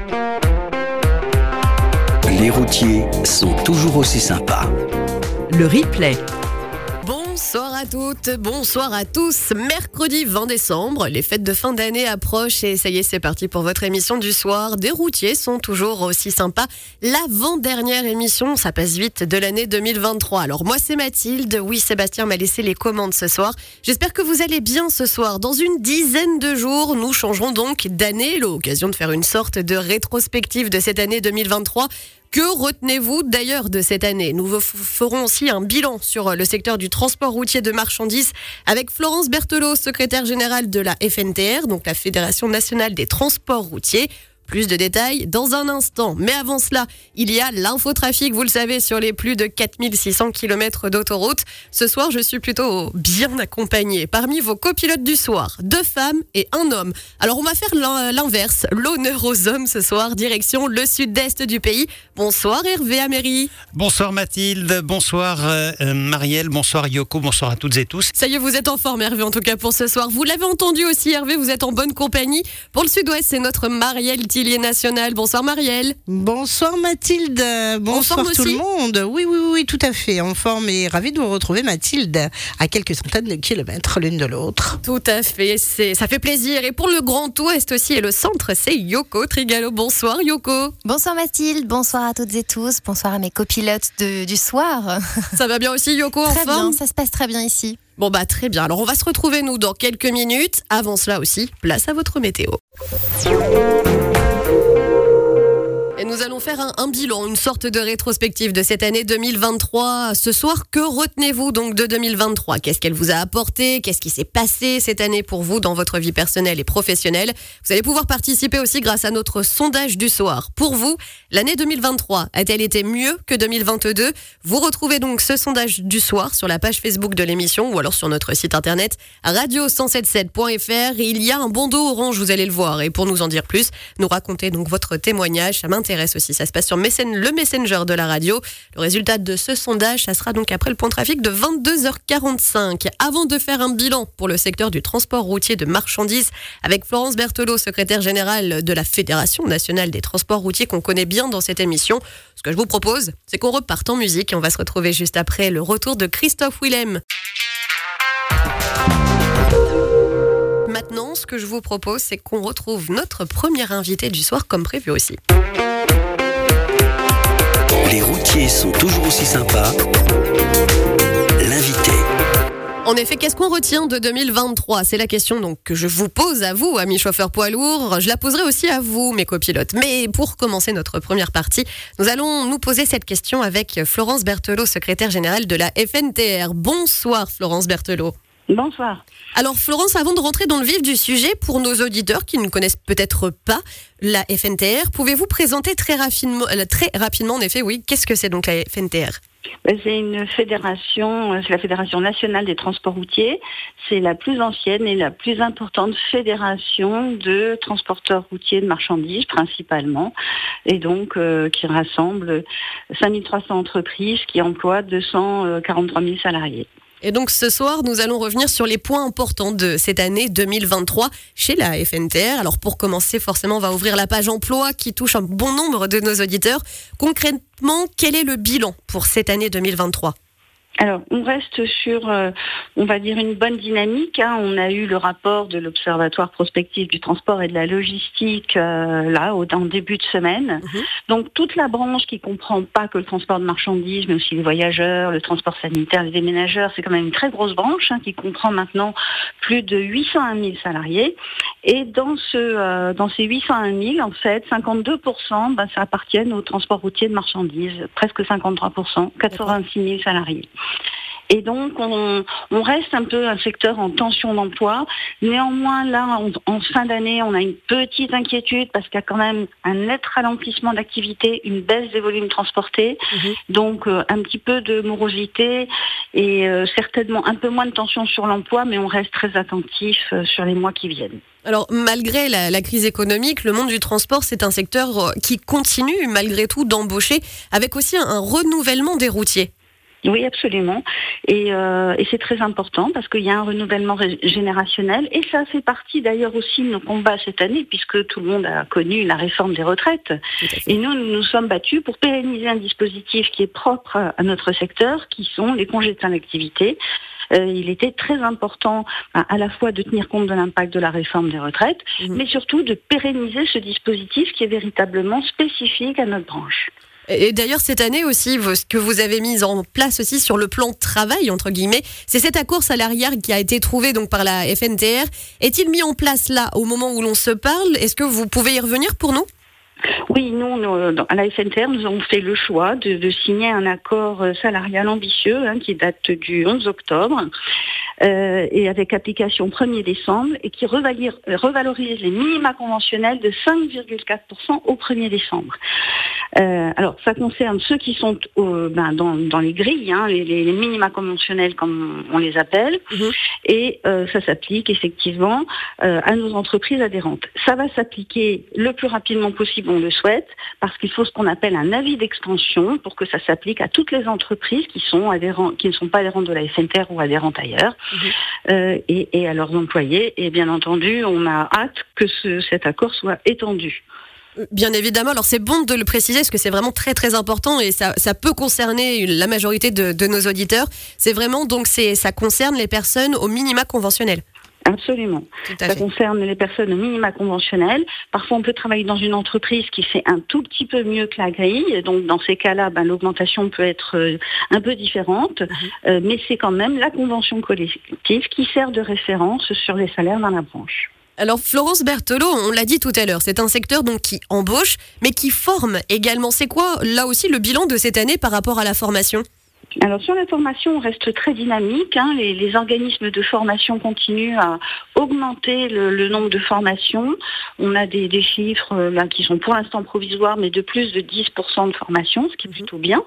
Les routiers sont toujours aussi sympas. Le replay. Bonsoir à toutes, bonsoir à tous. Mercredi 20 décembre, les fêtes de fin d'année approchent et ça y est, c'est parti pour votre émission du soir. Des routiers sont toujours aussi sympas. L'avant-dernière émission, ça passe vite, de l'année 2023. Alors moi c'est Mathilde, oui Sébastien m'a laissé les commandes ce soir. J'espère que vous allez bien ce soir. Dans une dizaine de jours, nous changerons donc d'année, l'occasion de faire une sorte de rétrospective de cette année 2023. Que retenez-vous d'ailleurs de cette année ? Nous ferons aussi un bilan sur le secteur du transport routier de marchandises avec Florence Berthelot, secrétaire générale de la FNTR, donc la Fédération nationale des transports routiers. Plus de détails dans un instant. Mais avant cela, il y a l'infotrafic, vous le savez, sur les plus de 4600 km d'autoroute. Ce soir, je suis plutôt bien accompagnée. Parmi vos copilotes du soir, 2 femmes et 1 homme. Alors, on va faire l'inverse. L'honneur aux hommes ce soir, direction le sud-est du pays. Bonsoir Hervé Améry. Bonsoir Mathilde, bonsoir Marielle, bonsoir Yoko, bonsoir à toutes et tous. Ça y est, vous êtes en forme Hervé, en tout cas pour ce soir. Vous l'avez entendu aussi Hervé, vous êtes en bonne compagnie. Pour le sud-ouest, c'est notre Marielle Tillier national. Bonsoir Marielle. Bonsoir Mathilde. Bonsoir tout le monde. Oui, tout à fait. En forme et ravi de vous retrouver Mathilde à quelques centaines de kilomètres l'une de l'autre. Tout à fait. Ça fait plaisir. Et pour le Grand Ouest aussi et le centre, c'est Yoko Trigalo. Bonsoir Yoko. Bonsoir Mathilde. Bonsoir à toutes et tous. Bonsoir à mes copilotes du soir. Ça va bien aussi Yoko en forme ? Très bien. Ça se passe très bien ici. Bon très bien. Alors on va se retrouver nous dans quelques minutes. Avant cela aussi, place à votre météo. Et nous allons faire un bilan, une sorte de rétrospective de cette année 2023. Ce soir, que retenez-vous donc de 2023 ? Qu'est-ce qu'elle vous a apporté ? Qu'est-ce qui s'est passé cette année pour vous dans votre vie personnelle et professionnelle ? Vous allez pouvoir participer aussi grâce à notre sondage du soir. Pour vous, l'année 2023 a-t-elle été mieux que 2022 ? Vous retrouvez donc ce sondage du soir sur la page Facebook de l'émission ou alors sur notre site internet radio1077.fr. Il y a un bandeau orange, vous allez le voir. Et pour nous en dire plus, nous raconter donc votre témoignage, ça m'intéresse aussi. Ça se passe sur le Messenger de la radio. Le résultat de ce sondage, ça sera donc après le point trafic de 22h45. Avant de faire un bilan pour le secteur du transport routier de marchandises avec Florence Berthelot, secrétaire générale de la Fédération nationale des transports routiers qu'on connaît bien dans cette émission, ce que je vous propose, c'est qu'on reparte en musique et on va se retrouver juste après le retour de Christophe Willem. Maintenant, ce que je vous propose, c'est qu'on retrouve notre premier invité du soir comme prévu aussi. Les routiers sont toujours aussi sympas. L'invité. En effet, qu'est-ce qu'on retient de 2023 ? C'est la question donc que je vous pose à vous, amis chauffeurs poids lourds. Je la poserai aussi à vous, mes copilotes. Mais pour commencer notre première partie, nous allons nous poser cette question avec Florence Berthelot, secrétaire générale de la FNTR. Bonsoir Florence Berthelot. Bonsoir. Alors Florence, avant de rentrer dans le vif du sujet, pour nos auditeurs qui ne connaissent peut-être pas la FNTR, pouvez-vous présenter très rapidement, en effet, oui, qu'est-ce que c'est donc la FNTR ? C'est une fédération, c'est la Fédération nationale des transports routiers. C'est la plus ancienne et la plus importante fédération de transporteurs routiers de marchandises principalement, et donc qui rassemble 5300 entreprises qui emploient 243 000 salariés. Et donc ce soir, nous allons revenir sur les points importants de cette année 2023 chez la FNTR. Alors pour commencer, forcément, on va ouvrir la page emploi qui touche un bon nombre de nos auditeurs. Concrètement, quel est le bilan pour cette année 2023 ? Alors, on reste sur, on va dire, une bonne dynamique. On a eu le rapport de l'Observatoire prospectif du transport et de la logistique en début de semaine. Donc, toute la branche qui comprend pas que le transport de marchandises, mais aussi les voyageurs, le transport sanitaire, les déménageurs, c'est quand même une très grosse branche qui comprend maintenant plus de 801 000 salariés. Et dans ces 801 000, en fait, 52%, ça appartiennent au transport routier de marchandises, presque 53%, 426 000 salariés. Et donc, on reste un peu un secteur en tension d'emploi. Néanmoins, là, en fin d'année, on a une petite inquiétude parce qu'il y a quand même un net ralentissement d'activité, une baisse des volumes transportés. Donc, un petit peu de morosité et certainement un peu moins de tension sur l'emploi, mais on reste très attentif sur les mois qui viennent. Alors, malgré la crise économique, le monde du transport, c'est un secteur qui continue, malgré tout, d'embaucher, avec aussi un renouvellement des routiers. Oui, absolument. Et c'est très important parce qu'il y a un renouvellement générationnel. Et ça fait partie d'ailleurs aussi de nos combats cette année, puisque tout le monde a connu la réforme des retraites. Et nous sommes battus pour pérenniser un dispositif qui est propre à notre secteur, qui sont les congés de fin d'activité. Il était très important à la fois de tenir compte de l'impact de la réforme des retraites, mais surtout de pérenniser ce dispositif qui est véritablement spécifique à notre branche. Et d'ailleurs, cette année aussi, ce que vous avez mis en place aussi sur le plan travail, entre guillemets, c'est cet accord salarial qui a été trouvé donc par la FNTR. Est-il mis en place là, au moment où l'on se parle? Est-ce que vous pouvez y revenir pour nous? Oui, nous, à la FNTR, nous avons fait le choix de signer un accord salarial ambitieux qui date du 11 octobre et avec application 1er décembre et qui revalorise les minima conventionnels de 5,4% au 1er décembre. Alors, ça concerne ceux qui sont dans les grilles, les minima conventionnels comme on les appelle, et ça s'applique effectivement à nos entreprises adhérentes. Ça va s'appliquer le plus rapidement possible, on le souhaite, parce qu'il faut ce qu'on appelle un avis d'extension pour que ça s'applique à toutes les entreprises qui ne sont pas adhérentes de la FNTR ou adhérentes ailleurs, et à leurs employés. Et bien entendu, on a hâte que cet accord soit étendu. Bien évidemment, alors c'est bon de le préciser parce que c'est vraiment très très important et ça peut concerner la majorité de nos auditeurs. C'est vraiment donc ça concerne les personnes au minima conventionnel. Absolument. Ça concerne les personnes au minima conventionnel. Parfois, on peut travailler dans une entreprise qui fait un tout petit peu mieux que la grille. Donc, dans ces cas-là, l'augmentation peut être un peu différente. Mais c'est quand même la convention collective qui sert de référence sur les salaires dans la branche. Alors Florence Berthelot, on l'a dit tout à l'heure, c'est un secteur donc qui embauche, mais qui forme également. C'est quoi, là aussi, le bilan de cette année par rapport à la formation ? Alors sur la formation, on reste très dynamique. Les organismes de formation continuent à augmenter le nombre de formations. On a des chiffres là qui sont pour l'instant provisoires, mais de plus de 10% de formation, ce qui est plutôt bien.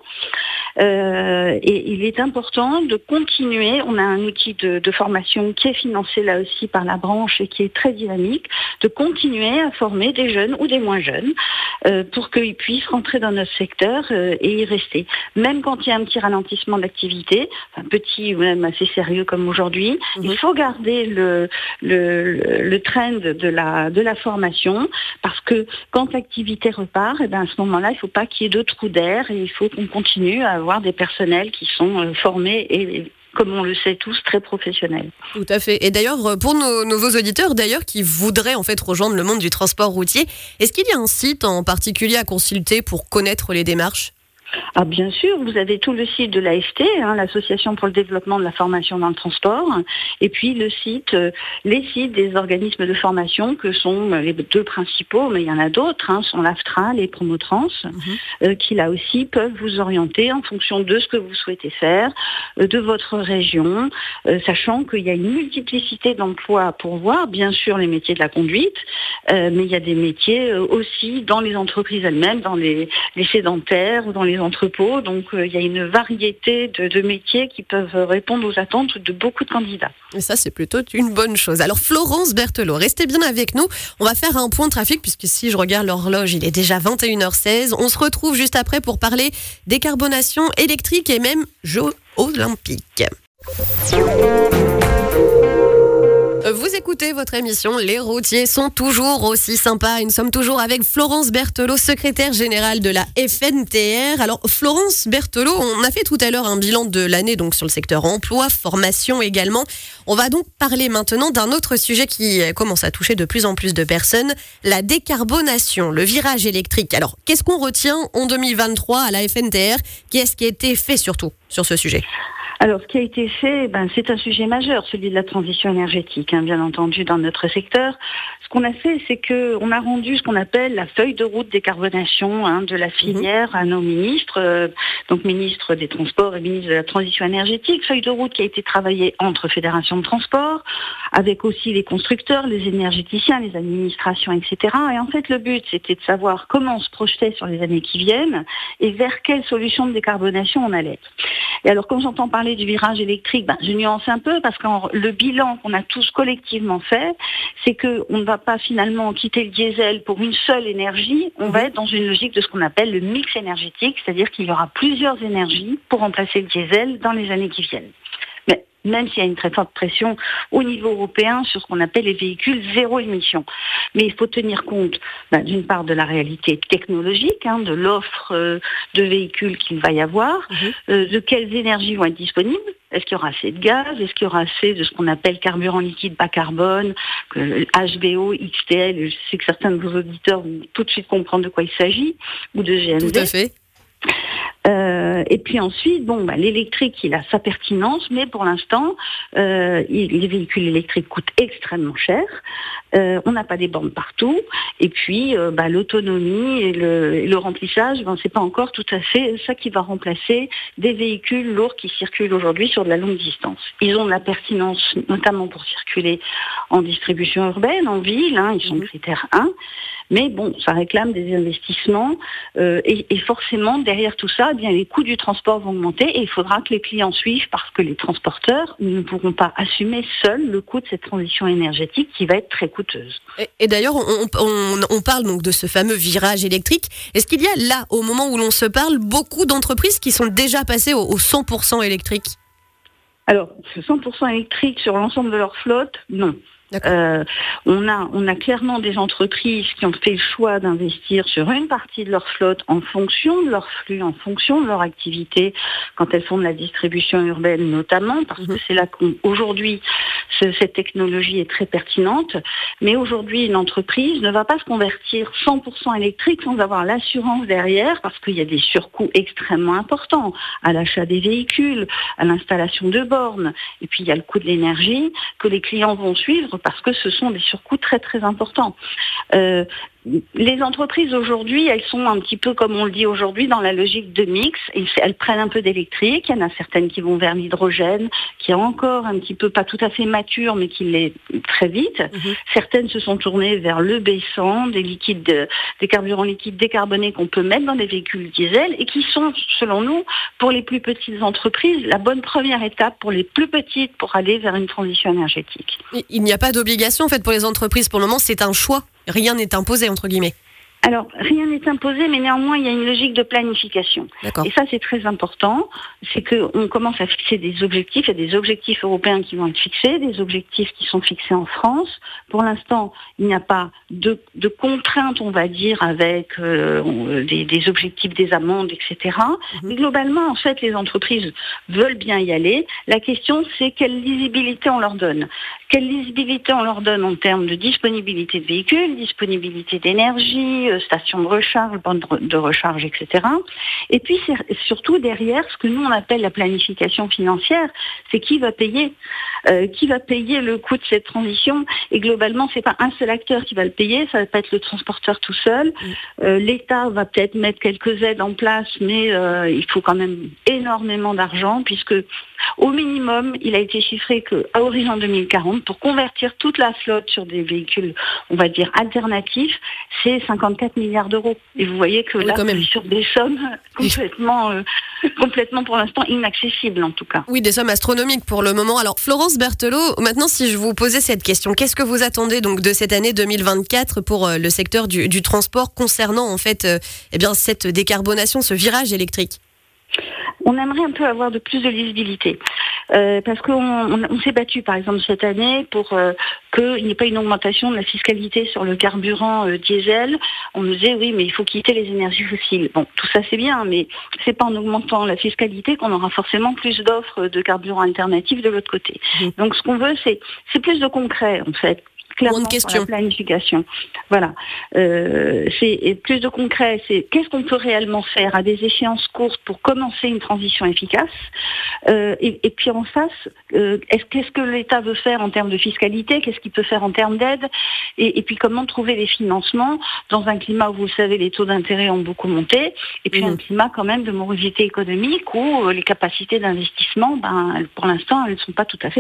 Et il est important de continuer. On a un outil de formation qui est financé là aussi par la branche et qui est très dynamique, de continuer à former des jeunes ou des moins jeunes pour qu'ils puissent rentrer dans notre secteur et y rester. Même quand il y a un petit ralentissement d'activité, petit ou même assez sérieux comme aujourd'hui, il faut garder le trend de la formation parce que quand l'activité repart, à ce moment-là, il ne faut pas qu'il y ait de trous d'air et il faut qu'on continue à avoir des personnels qui sont formés et comme on le sait tous, très professionnels. Tout à fait. Et d'ailleurs, pour nos nouveaux auditeurs d'ailleurs qui voudraient en fait rejoindre le monde du transport routier, est-ce qu'il y a un site en particulier à consulter pour connaître les démarches ? Ah, bien sûr, vous avez tout le site de l'AFT, l'Association pour le développement de la formation dans le transport, et puis les sites des organismes de formation que sont les deux principaux, mais il y en a d'autres, sont l'AFTRA et Promotrans, qui là aussi peuvent vous orienter en fonction de ce que vous souhaitez faire, de votre région, sachant qu'il y a une multiplicité d'emplois à pourvoir, bien sûr les métiers de la conduite, mais il y a des métiers aussi dans les entreprises elles-mêmes, dans les sédentaires ou dans les entrepôts, donc il y a une variété de métiers qui peuvent répondre aux attentes de beaucoup de candidats. Et ça, c'est plutôt une bonne chose. Alors Florence Berthelot, restez bien avec nous. On va faire un point de trafic puisque si je regarde l'horloge, il est déjà 21h16. On se retrouve juste après pour parler décarbonation électrique et même Jeux olympiques. Vous écoutez votre émission, les routiers sont toujours aussi sympas et nous sommes toujours avec Florence Berthelot, secrétaire générale de la FNTR. Alors Florence Berthelot, on a fait tout à l'heure un bilan de l'année donc sur le secteur emploi, formation également. On va donc parler maintenant d'un autre sujet qui commence à toucher de plus en plus de personnes, la décarbonation, le virage électrique. Alors qu'est-ce qu'on retient en 2023 à la FNTR? Qu'est-ce qui a été fait surtout sur ce sujet? Alors, ce qui a été fait, c'est un sujet majeur, celui de la transition énergétique, bien entendu, dans notre secteur. Ce qu'on a fait, c'est qu'on a rendu ce qu'on appelle la feuille de route décarbonation de la filière à nos ministres, donc ministre des Transports et ministre de la Transition énergétique. Feuille de route qui a été travaillée entre fédérations de transport, avec aussi les constructeurs, les énergéticiens, les administrations, etc. Et en fait, le but, c'était de savoir comment on se projetait sur les années qui viennent et vers quelle solution de décarbonation on allait. Et alors, quand j'entends parler parlé du virage électrique, je nuance un peu parce que le bilan qu'on a tous collectivement fait, c'est qu'on ne va pas finalement quitter le diesel pour une seule énergie, on va être dans une logique de ce qu'on appelle le mix énergétique, c'est-à-dire qu'il y aura plusieurs énergies pour remplacer le diesel dans les années qui viennent. Mais même s'il y a une très forte pression au niveau européen sur ce qu'on appelle les véhicules zéro émission. Mais il faut tenir compte d'une part de la réalité technologique, de l'offre de véhicules qu'il va y avoir, de quelles énergies vont être disponibles. Est-ce qu'il y aura assez de gaz? Est-ce qu'il y aura assez de ce qu'on appelle carburant liquide bas carbone, HBO, XTL? Je sais que certains de vos auditeurs vont tout de suite comprendre de quoi il s'agit, ou de GMV. Tout à fait. Et puis ensuite, l'électrique, il a sa pertinence, mais pour l'instant, les véhicules électriques coûtent extrêmement cher. On n'a pas des bornes partout. Et puis, l'autonomie et le remplissage, c'est pas encore tout à fait ça qui va remplacer des véhicules lourds qui circulent aujourd'hui sur de la longue distance. Ils ont de la pertinence, notamment pour circuler en distribution urbaine, en ville. Ils sont critère 1. Mais ça réclame des investissements et forcément, derrière tout ça, les coûts du transport vont augmenter et il faudra que les clients suivent parce que les transporteurs ne pourront pas assumer seuls le coût de cette transition énergétique qui va être très coûteuse. Et d'ailleurs, on parle donc de ce fameux virage électrique. Est-ce qu'il y a là, au moment où l'on se parle, beaucoup d'entreprises qui sont déjà passées au 100% électrique? Alors, 100% électrique sur l'ensemble de leur flotte, non. On a clairement des entreprises qui ont fait le choix d'investir sur une partie de leur flotte en fonction de leur flux, en fonction de leur activité, quand elles font de la distribution urbaine notamment, parce que c'est là qu'aujourd'hui cette technologie est très pertinente. Mais aujourd'hui, une entreprise ne va pas se convertir 100% électrique sans avoir l'assurance derrière, parce qu'il y a des surcoûts extrêmement importants à l'achat des véhicules, à l'installation de bornes, et puis il y a le coût de l'énergie que les clients vont suivre parce que ce sont des surcoûts très très importants. Les entreprises aujourd'hui, elles sont un petit peu, comme on le dit aujourd'hui, dans la logique de mix. Elles prennent un peu d'électrique. Il y en a certaines qui vont vers l'hydrogène, qui est encore un petit peu, pas tout à fait mature, mais qui l'est très vite. Certaines se sont tournées vers le B100, des carburants liquides décarbonés qu'on peut mettre dans des véhicules diesel et qui sont, selon nous, pour les plus petites entreprises, la bonne première étape pour les plus petites pour aller vers une transition énergétique. Il n'y a pas d'obligation en fait pour les entreprises. Pour le moment, c'est un choix. Rien n'est imposé, entre guillemets. Alors, rien n'est imposé, mais néanmoins, il y a une logique de planification. D'accord. Et ça, c'est très important. C'est qu'on commence à fixer des objectifs. Il y a des objectifs européens qui vont être fixés, des objectifs qui sont fixés en France. Pour l'instant, il n'y a pas de contraintes, on va dire, avec des objectifs, des amendes, etc. Mais globalement, en fait, les entreprises veulent bien y aller. La question, c'est quelle lisibilité on leur donne. Quelle lisibilité on leur donne en termes de disponibilité de véhicules, disponibilité d'énergie, stations de recharge, bornes de recharge, etc. Et puis c'est surtout derrière ce que nous on appelle la planification financière, c'est qui va payer le coût de cette transition. Et globalement, c'est pas un seul acteur qui va le payer, ça va pas être le transporteur tout seul. L'État va peut-être mettre quelques aides en place, mais il faut quand même énormément d'argent puisque au minimum, il a été chiffré qu'à horizon 2040, pour convertir toute la flotte sur des véhicules, on va dire, alternatifs, c'est 54 milliards d'euros. Et vous voyez que là, on est sur des sommes complètement pour l'instant inaccessibles en tout cas. Oui, des sommes astronomiques pour le moment. Alors Florence Berthelot, maintenant si je vous posais cette question, qu'est-ce que vous attendez donc de cette année 2024 pour le secteur du transport concernant en fait cette décarbonation, ce virage électrique? On aimerait un peu avoir de plus de lisibilité. Parce qu'on s'est battu, par exemple, cette année pour qu'il n'y ait pas une augmentation de la fiscalité sur le carburant diesel. On nous disait, oui, mais il faut quitter les énergies fossiles. Bon, tout ça, c'est bien, mais c'est pas en augmentant la fiscalité qu'on aura forcément plus d'offres de carburants alternatifs de l'autre côté. Donc, ce qu'on veut, c'est plus de concret, en fait. Clairement, pour la planification. Voilà. C'est plus de concret. C'est qu'est-ce qu'on peut réellement faire à des échéances courtes pour commencer une transition efficace. Et puis en face, qu'est-ce que l'État veut faire en termes de fiscalité, qu'est-ce qu'il peut faire en termes d'aide, et puis comment trouver les financements dans un climat où vous le savez les taux d'intérêt ont beaucoup monté, et puis un climat quand même de morosité économique où les capacités d'investissement, pour l'instant, elles ne sont pas tout à fait là.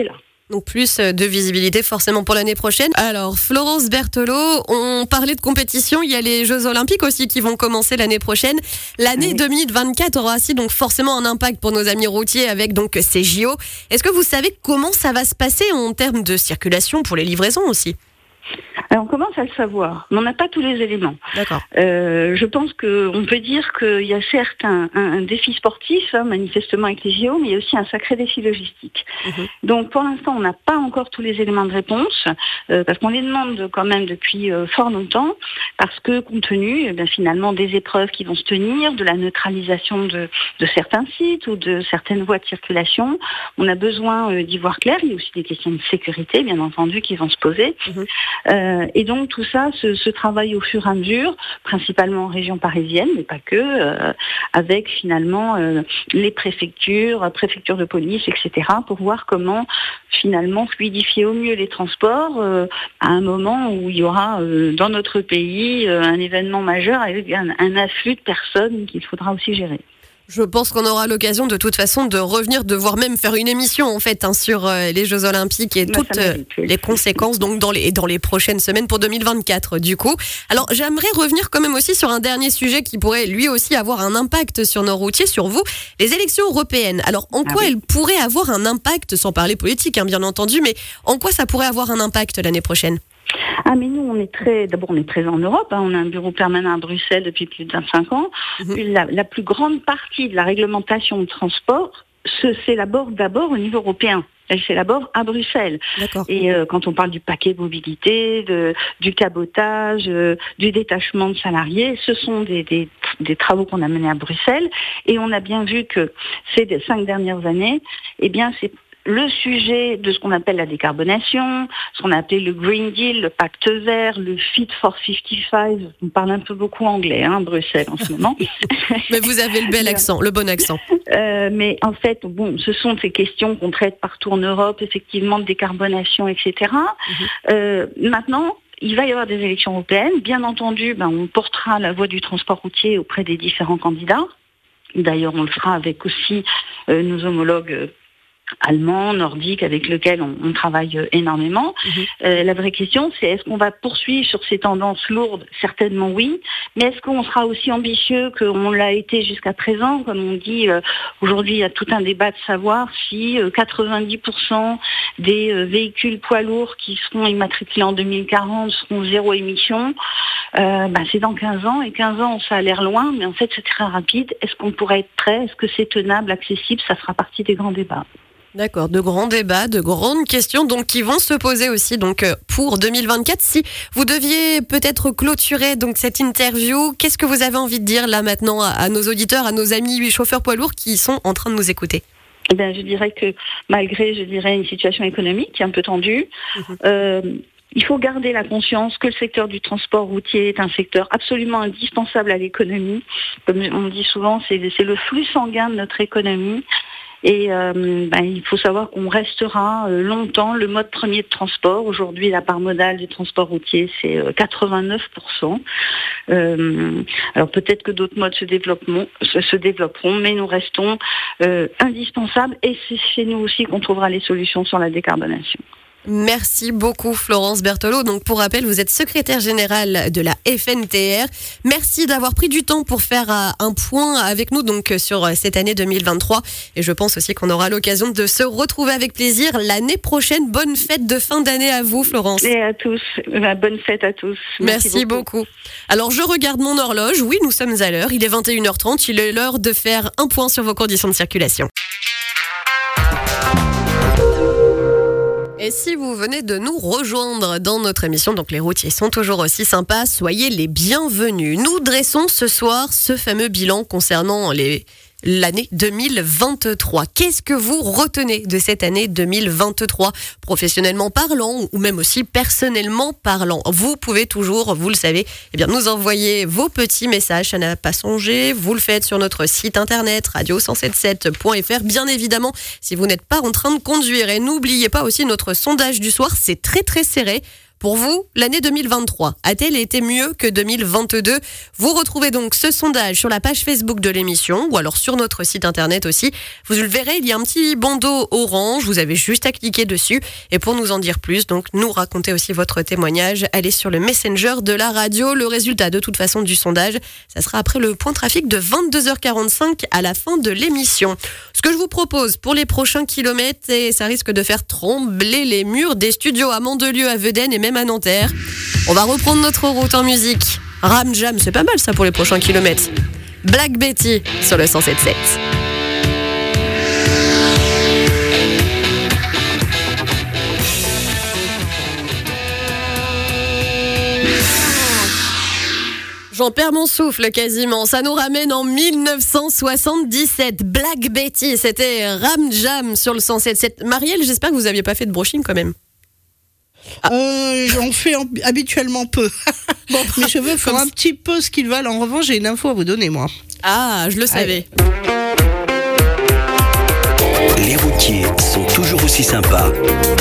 Donc plus de visibilité forcément pour l'année prochaine. Alors Florence Berthelot, on parlait de compétition, il y a les Jeux Olympiques aussi qui vont commencer l'année prochaine. L'année 2024 aura ainsi donc forcément un impact pour nos amis routiers avec donc ces JO. Est-ce que vous savez comment ça va se passer en termes de circulation pour les livraisons aussi ? Alors, on commence à le savoir, mais on n'a pas tous les éléments. D'accord. Je pense qu'on peut dire qu'il y a certes un défi sportif, manifestement avec les JO, mais il y a aussi un sacré défi logistique. Donc, pour l'instant, on n'a pas encore tous les éléments de réponse, parce qu'on les demande quand même depuis fort longtemps, parce que compte tenu finalement des épreuves qui vont se tenir, de la neutralisation de certains sites ou de certaines voies de circulation, on a besoin d'y voir clair. Il y a aussi des questions de sécurité, bien entendu, qui vont se poser. Et donc tout ça se travaille au fur et à mesure, principalement en région parisienne, mais pas que, avec finalement les préfectures de police, etc., pour voir comment finalement fluidifier au mieux les transports à un moment où il y aura dans notre pays un événement majeur avec un afflux de personnes qu'il faudra aussi gérer. Je pense qu'on aura l'occasion de toute façon de revenir, de voire même faire une émission en fait sur les Jeux Olympiques et toutes les conséquences donc dans les prochaines semaines pour 2024 du coup. Alors j'aimerais revenir quand même aussi sur un dernier sujet qui pourrait lui aussi avoir un impact sur nos routiers, sur vous, les élections européennes. Alors en quoi elles pourraient avoir un impact, sans parler politique bien entendu, mais en quoi ça pourrait avoir un impact l'année prochaine ? Mais nous, on est présent en Europe. On a un bureau permanent à Bruxelles depuis plus de 25 ans. La plus grande partie de la réglementation de transport s'élabore d'abord au niveau européen. Elle s'élabore à Bruxelles. D'accord. Et quand on parle du paquet mobilité, du cabotage, du détachement de salariés, ce sont des travaux qu'on a menés à Bruxelles. Et on a bien vu que ces 5 dernières années, c'est le sujet de ce qu'on appelle la décarbonation, ce qu'on a appelé le Green Deal, le pacte vert, le Fit for 55. On parle un peu beaucoup anglais, Bruxelles en ce moment. Mais vous avez le bon accent. Mais en fait, ce sont ces questions qu'on traite partout en Europe, effectivement, de décarbonation, etc. Maintenant, il va y avoir des élections européennes. Bien entendu, on portera la voix du transport routier auprès des différents candidats. D'ailleurs, on le fera avec aussi nos homologues allemands, nordiques, avec lesquels on travaille énormément. La vraie question, c'est est-ce qu'on va poursuivre sur ces tendances lourdes ? Certainement oui, mais est-ce qu'on sera aussi ambitieux qu'on l'a été jusqu'à présent ? Comme on dit, aujourd'hui, il y a tout un débat de savoir si 90% des véhicules poids lourds qui seront immatriculés en 2040 seront zéro émission. C'est dans 15 ans, et 15 ans, ça a l'air loin, mais en fait, c'est très rapide. Est-ce qu'on pourrait être prêt ? Est-ce que c'est tenable, accessible ? Ça fera partie des grands débats. D'accord, de grands débats, de grandes questions donc qui vont se poser aussi donc pour 2024. Si vous deviez peut-être clôturer donc cette interview, qu'est-ce que vous avez envie de dire là maintenant à nos auditeurs, à nos amis chauffeurs poids lourds qui sont en train de nous écouter ? Je dirais que malgré, une situation économique qui est un peu tendue, il faut garder la conscience que le secteur du transport routier est un secteur absolument indispensable à l'économie. Comme on dit souvent, c'est le flux sanguin de notre économie. Et il faut savoir qu'on restera longtemps le mode premier de transport. Aujourd'hui, la part modale du transport routier, c'est 89%. Alors peut-être que d'autres modes se développeront, mais nous restons indispensables. Et c'est chez nous aussi qu'on trouvera les solutions sur la décarbonation. Merci beaucoup Florence Berthelot. Donc pour rappel, vous êtes secrétaire générale de la FNTR. Merci d'avoir pris du temps pour faire un point avec nous donc sur cette année 2023. Et je pense aussi qu'on aura l'occasion de se retrouver avec plaisir l'année prochaine. Bonne fête de fin d'année à vous Florence. Et à tous. Bonne fête à tous. Merci beaucoup. Alors je regarde mon horloge. Oui, nous sommes à l'heure. Il est 21h30. Il est l'heure de faire un point sur vos conditions de circulation. Et si vous venez de nous rejoindre dans notre émission, donc les routiers sont toujours aussi sympas, soyez les bienvenus. Nous dressons ce soir ce fameux bilan concernant l'année 2023. Qu'est-ce que vous retenez de cette année 2023, professionnellement parlant ou même aussi personnellement parlant? Vous pouvez toujours, vous le savez, nous envoyer vos petits messages, ça n'a pas changé. Vous le faites sur notre site internet radio1077.fr. Bien évidemment, si vous n'êtes pas en train de conduire. Et n'oubliez pas aussi notre sondage du soir, c'est très très serré. Pour vous, l'année 2023 a-t-elle été mieux que 2022 ? Vous retrouvez donc ce sondage sur la page Facebook de l'émission ou alors sur notre site internet aussi. Vous le verrez, il y a un petit bandeau orange, vous avez juste à cliquer dessus. Et pour nous en dire plus, donc nous raconter aussi votre témoignage, allez sur le Messenger de la radio. Le résultat de toute façon du sondage, ça sera après le point trafic de 22h45 à la fin de l'émission. Ce que je vous propose pour les prochains kilomètres, et ça risque de faire trembler les murs des studios à Mandelieu, à Vedène et même à Nanterre. On va reprendre notre route en musique. Ram Jam, c'est pas mal ça pour les prochains kilomètres. Black Betty sur le 107.7. J'en perds mon souffle quasiment. Ça nous ramène en 1977. Black Betty, c'était Ram Jam sur le 107.7. Marielle, j'espère que vous n'aviez pas fait de brushing quand même. J'en fais habituellement peu. Bon, mes cheveux font un petit peu ce qu'ils veulent. En revanche, j'ai une info à vous donner, moi. Ah, je le savais. Les routiers sont toujours aussi sympas.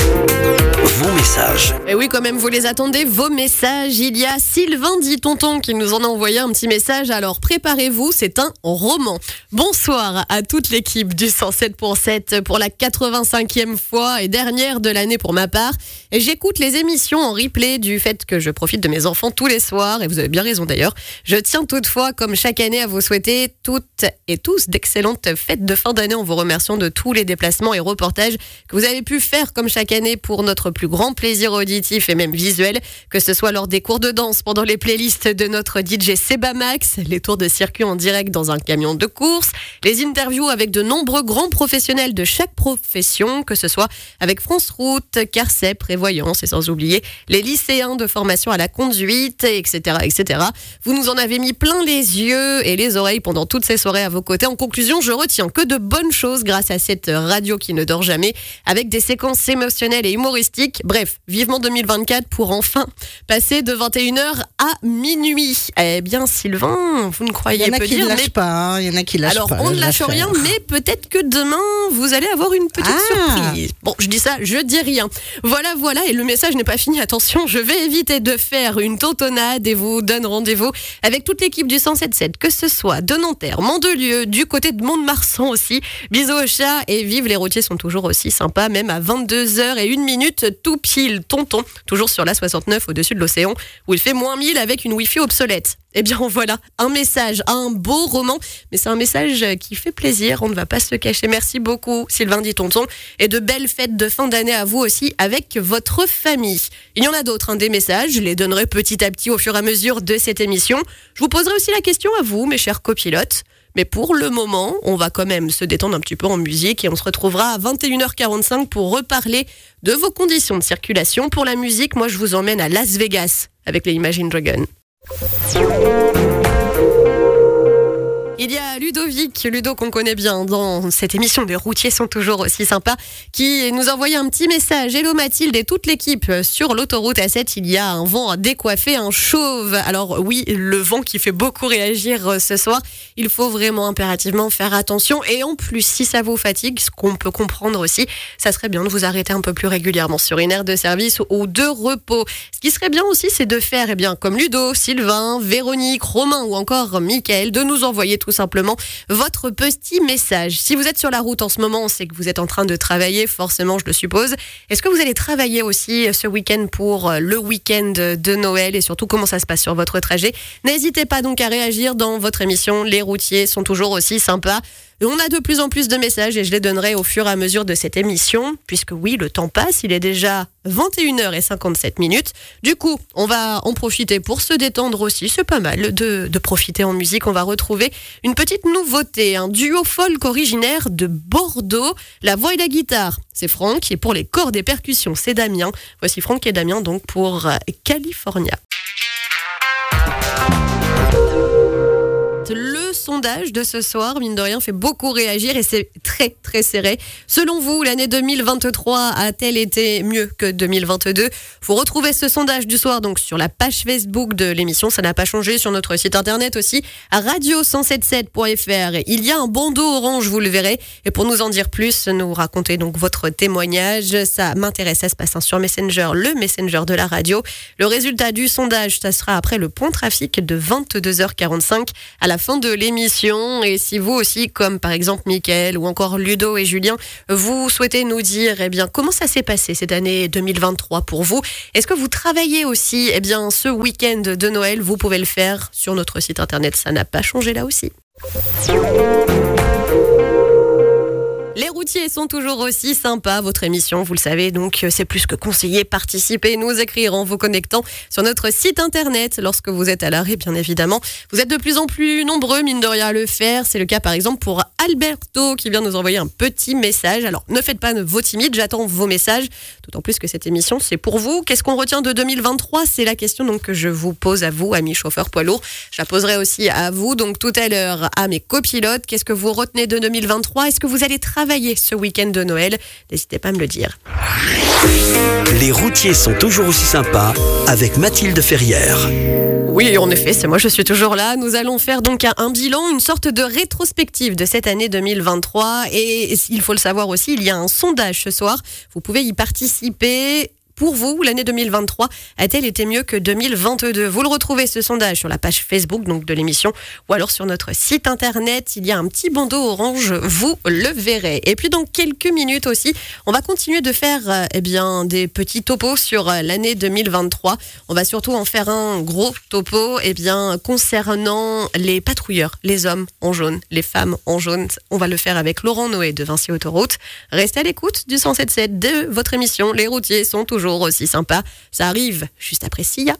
Vos messages. Et oui, quand même, vous les attendez, vos messages. Il y a Sylvain dit Tonton qui nous en a envoyé un petit message. Alors, préparez-vous, c'est un roman. Bonsoir à toute l'équipe du 107.7 pour la 85e fois et dernière de l'année pour ma part. Et j'écoute les émissions en replay du fait que je profite de mes enfants tous les soirs. Et vous avez bien raison d'ailleurs. Je tiens toutefois, comme chaque année, à vous souhaiter toutes et tous d'excellentes fêtes de fin d'année en vous remerciant de tous les déplacements et reportages que vous avez pu faire comme chaque année pour notre plus grand plaisir auditif et même visuel, que ce soit lors des cours de danse, pendant les playlists de notre DJ Seba Max, les tours de circuit en direct dans un camion de course, les interviews avec de nombreux grands professionnels de chaque profession, que ce soit avec France Route, Carcep, Prévoyance et sans oublier les lycéens de formation à la conduite, etc., etc. Vous nous en avez mis plein les yeux et les oreilles pendant toutes ces soirées à vos côtés. En conclusion, je retiens que de bonnes choses grâce à cette radio qui ne dort jamais, avec des séquences émotionnelles et humoristiques. Bref, vivement 2024 pour enfin passer de 21h à minuit. Eh bien, Sylvain, vous ne croyez pas dire. Il y en a qui ne lâchent pas. Il y en a qui lâchent alors, pas. Alors, on ne lâche rien, mais peut-être que demain, vous allez avoir une petite surprise. Bon, je dis ça, je dis rien. Voilà. Et le message n'est pas fini. Attention, je vais éviter de faire une tantonnade et vous donne rendez-vous avec toute l'équipe du 107.7, que ce soit de Nanterre, Mandelieu, du côté de Mont-de-Marsan aussi. Bisous au chat et vive, les routiers sont toujours aussi sympas, même à 22h01 tout pile, Tonton, toujours sur la 69 au-dessus de l'océan, où il fait moins 1000 avec une Wi-Fi obsolète. Eh bien voilà, un message, un beau roman, mais c'est un message qui fait plaisir, on ne va pas se cacher. Merci beaucoup Sylvain dit Tonton, et de belles fêtes de fin d'année à vous aussi avec votre famille. Il y en a d'autres, des messages, je les donnerai petit à petit au fur et à mesure de cette émission. Je vous poserai aussi la question à vous, mes chers copilotes. Mais pour le moment, on va quand même se détendre un petit peu en musique et on se retrouvera à 21h45 pour reparler de vos conditions de circulation. Pour la musique, moi je vous emmène à Las Vegas avec les Imagine Dragons. Il y a Ludo qu'on connaît bien dans cette émission des routiers sont toujours aussi sympas, qui nous a envoyé un petit message. Hello Mathilde et toute l'équipe, sur l'autoroute A7, il y a un vent décoiffé, un chauve. Alors oui, le vent qui fait beaucoup réagir ce soir. Il faut vraiment impérativement faire attention. Et en plus, si ça vous fatigue, ce qu'on peut comprendre aussi, ça serait bien de vous arrêter un peu plus régulièrement sur une aire de service ou de repos. Ce qui serait bien aussi, c'est de faire comme Ludo, Sylvain, Véronique, Romain ou encore Mickaël, de nous envoyer tout simplement votre petit message. Si vous êtes sur la route en ce moment, c'est que vous êtes en train de travailler, forcément, je le suppose. Est-ce que vous allez travailler aussi ce week-end pour le week-end de Noël et surtout comment ça se passe sur votre trajet? N'hésitez pas donc à réagir dans votre émission. Les routiers sont toujours aussi sympas. Et on a de plus en plus de messages et je les donnerai au fur et à mesure de cette émission, puisque oui, le temps passe, il est déjà 21h57. Du coup, on va en profiter pour se détendre aussi, c'est pas mal de profiter en musique. On va retrouver une petite nouveauté, un duo folk originaire de Bordeaux. La voix et la guitare, c'est Franck, et pour les cordes et percussions, c'est Damien. Voici Franck et Damien donc pour California. Le le sondage de ce soir, mine de rien, fait beaucoup réagir et c'est très très serré. Selon vous, l'année 2023 a-t-elle été mieux que 2022 ? Vous retrouvez ce sondage du soir donc sur la page Facebook de l'émission, ça n'a pas changé, sur notre site internet aussi, à radio177.fr. Il y a un bandeau orange, vous le verrez. Et pour nous en dire plus, nous raconter donc votre témoignage, ça m'intéresse, ça se passe sur Messenger, le Messenger de la radio. Le résultat du sondage, ça sera après le point trafic de 22h45 à la fin de l'émission. Et si vous aussi, comme par exemple Mickaël ou encore Ludo et Julien, vous souhaitez nous dire comment ça s'est passé cette année 2023 pour vous. Est-ce que vous travaillez aussi ce week-end de Noël? Vous pouvez le faire sur notre site internet, ça n'a pas changé là aussi. Les routiers sont toujours aussi sympas. Votre émission, vous le savez, donc c'est plus que conseillé. Participez, nous écrire en vous connectant sur notre site internet lorsque vous êtes à l'arrêt, bien évidemment. Vous êtes de plus en plus nombreux, mine de rien, à le faire. C'est le cas, par exemple, pour Alberto qui vient nous envoyer un petit message. Alors, ne faites pas vos timides, j'attends vos messages. D'autant plus que cette émission, c'est pour vous. Qu'est-ce qu'on retient de 2023 ? C'est la question donc, que je vous pose à vous, amis chauffeurs poids lourds. Je la poserai aussi à vous, donc tout à l'heure, à mes copilotes. Qu'est-ce que vous retenez de 2023 ? Est-ce que vous allez travailler ce week-end de Noël? N'hésitez pas à me le dire. Les routiers sont toujours aussi sympas avec Mathilde Ferrière. Oui, en effet, c'est moi, je suis toujours là. Nous allons faire donc un bilan, une sorte de rétrospective de cette année 2023. Et il faut le savoir aussi, il y a un sondage ce soir. Vous pouvez y participer. Pour vous, l'année 2023 a-t-elle été mieux que 2022 ? Vous le retrouvez, ce sondage, sur la page Facebook donc, de l'émission ou alors sur notre site internet. Il y a un petit bandeau orange, vous le verrez. Et puis dans quelques minutes aussi, on va continuer de faire des petits topos sur l'année 2023. On va surtout en faire un gros topo concernant les patrouilleurs, les hommes en jaune, les femmes en jaune. On va le faire avec Laurent Noé de Vinci Autoroute. Restez à l'écoute du 107.7 de votre émission. Les routiers sont toujours aussi sympa. Ça arrive juste après Sia.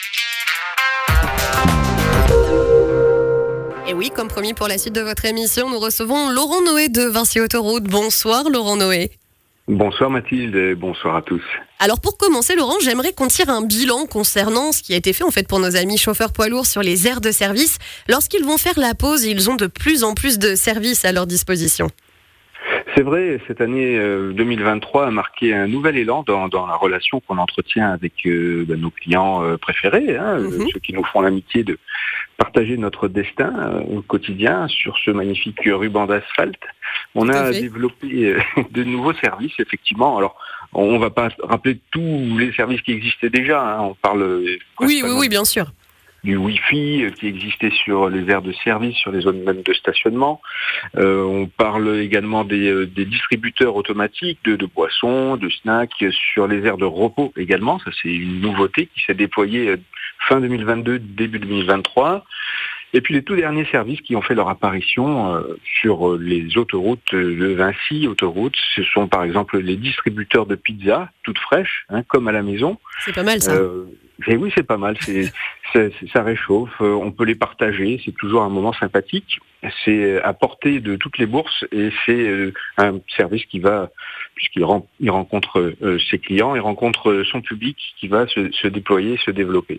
Et oui, comme promis pour la suite de votre émission, nous recevons Laurent Noé de Vinci Autoroute. Bonsoir Laurent Noé. Bonsoir Mathilde et bonsoir à tous. Alors pour commencer Laurent, j'aimerais qu'on tire un bilan concernant ce qui a été fait en fait pour nos amis chauffeurs poids lourds sur les aires de service. Lorsqu'ils vont faire la pause, ils ont de plus en plus de services à leur disposition. C'est vrai, cette année 2023 a marqué un nouvel élan dans la relation qu'on entretient avec nos clients préférés, ceux qui nous font l'amitié de partager notre destin au quotidien sur ce magnifique ruban d'asphalte. On a développé de nouveaux services, effectivement. Alors, on ne va pas rappeler tous les services qui existaient déjà. On parle... Oui, bien sûr. Du Wi-Fi qui existait sur les aires de service, sur les zones même de stationnement. On parle également des distributeurs automatiques de boissons, de snacks sur les aires de repos également. Ça, c'est une nouveauté qui s'est déployée fin 2022, début 2023. Et puis les tout derniers services qui ont fait leur apparition sur les autoroutes de Vinci Autoroute, ce sont par exemple les distributeurs de pizzas toutes fraîches, comme à la maison. C'est pas mal ça. Et oui, c'est pas mal, ça réchauffe, on peut les partager, c'est toujours un moment sympathique. C'est à portée de toutes les bourses et c'est un service qui va, puisqu'il rencontre ses clients, il rencontre son public qui va se déployer, se développer.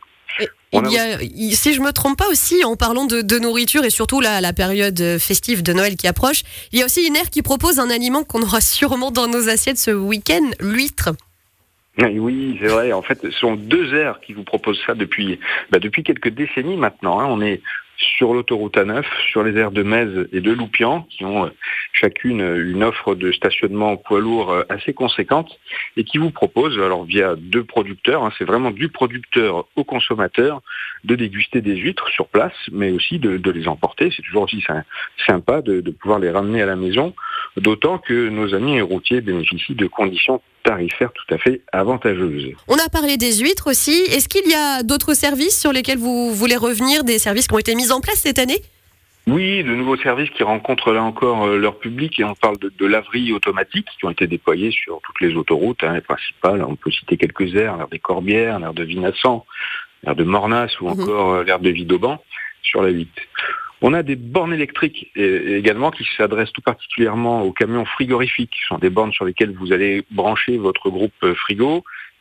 Si je me trompe pas aussi, en parlant de nourriture et surtout la période festive de Noël qui approche, il y a aussi une aire qui propose un aliment qu'on aura sûrement dans nos assiettes ce week-end, l'huître. Oui, c'est vrai. En fait, ce sont deux aires qui vous proposent ça depuis quelques décennies maintenant. On est sur l'autoroute A9, sur les aires de Metz et de Loupian, qui ont chacune une offre de stationnement poids lourd assez conséquente et qui vous propose, alors via deux producteurs, c'est vraiment du producteur au consommateur, de déguster des huîtres sur place, mais aussi de les emporter. C'est toujours aussi sympa de pouvoir les ramener à la maison, d'autant que nos amis routiers bénéficient de conditions tarifaires tout à fait avantageuses. On a parlé des huîtres aussi. Est-ce qu'il y a d'autres services sur lesquels vous voulez revenir, des services qui ont été mis en place cette année ? Oui, de nouveaux services qui rencontrent là encore leur public, et on parle de laveries automatiques qui ont été déployées sur toutes les autoroutes, les principales. On peut citer quelques aires, l'aire des Corbières, l'aire de Vinassan, l'aire de Mornas ou encore l'aire de Vidauban sur la 8. On a des bornes électriques également qui s'adressent tout particulièrement aux camions frigorifiques. Ce sont des bornes sur lesquelles vous allez brancher votre groupe frigo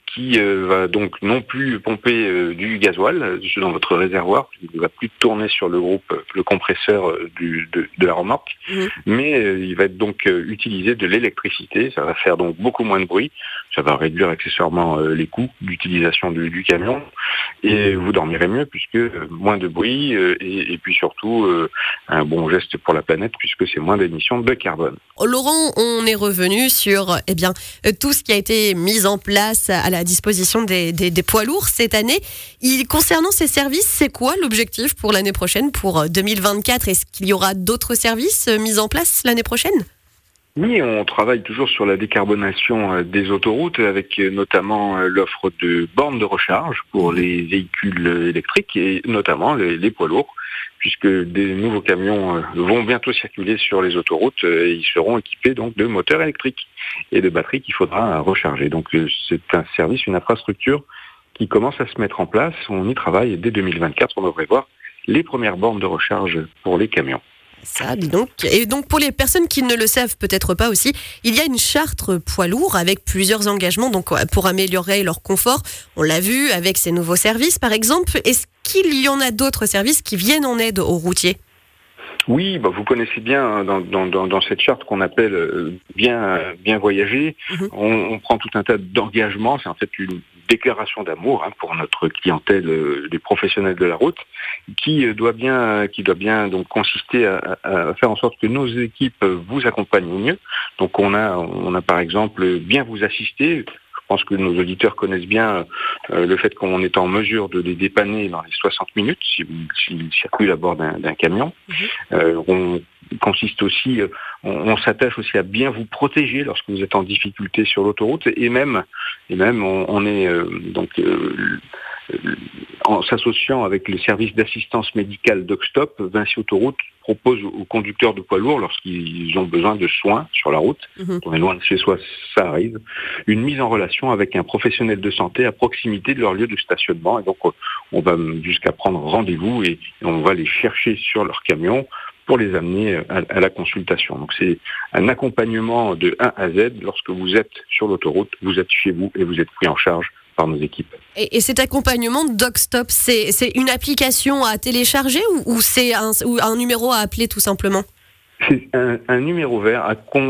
qui va donc non plus pomper du gasoil dans votre réservoir, il ne va plus tourner sur le compresseur de la remorque, mais il va être donc utiliser de l'électricité. Ça va faire donc beaucoup moins de bruit, ça va réduire accessoirement les coûts d'utilisation du camion, et vous dormirez mieux puisque moins de bruit et puis surtout un bon geste pour la planète puisque c'est moins d'émissions de carbone. Laurent, on est revenu sur tout ce qui a été mis en place à la disposition des poids lourds cette année. Concernant ces services, c'est quoi l'objectif pour l'année prochaine, pour 2024 ? Est-ce qu'il y aura d'autres services mis en place l'année prochaine ? Oui, on travaille toujours sur la décarbonation des autoroutes avec notamment l'offre de bornes de recharge pour les véhicules électriques et notamment les poids lourds, puisque des nouveaux camions vont bientôt circuler sur les autoroutes et ils seront équipés donc de moteurs électriques et de batteries qu'il faudra recharger. Donc c'est un service, une infrastructure qui commence à se mettre en place. On y travaille dès 2024, on devrait voir les premières bornes de recharge pour les camions. Ça, dis donc. Et donc, pour les personnes qui ne le savent peut-être pas aussi, il y a une charte poids lourd avec plusieurs engagements donc pour améliorer leur confort. On l'a vu avec ces nouveaux services, par exemple. Est-ce qu'il y en a d'autres services qui viennent en aide aux routiers ? Oui, vous connaissez bien dans cette charte qu'on appelle bien voyager. On prend tout un tas d'engagements. C'est en fait une déclaration d'amour pour notre clientèle des professionnels de la route, qui doit bien donc consister à faire en sorte que nos équipes vous accompagnent au mieux. Donc on a par exemple bien vous assister. Je pense que nos auditeurs connaissent bien le fait qu'on est en mesure de les dépanner dans les 60 minutes s'ils circulent à bord d'un camion. On s'attache aussi à bien vous protéger lorsque vous êtes en difficulté sur l'autoroute et même on est en s'associant avec le service d'assistance médicale DocStop, Vinci Autoroute propose aux conducteurs de poids lourds, lorsqu'ils ont besoin de soins sur la route, on est loin de chez soi, ça arrive, une mise en relation avec un professionnel de santé à proximité de leur lieu de stationnement. Et donc on va jusqu'à prendre rendez-vous et on va les chercher sur leur camion pour les amener à la consultation. Donc c'est un accompagnement de A à Z. Lorsque vous êtes sur l'autoroute, vous êtes chez vous et vous êtes pris en charge par nos équipes. Et cet accompagnement DocStop, c'est une application à télécharger ou c'est un numéro à appeler tout simplement ? C'est un numéro vert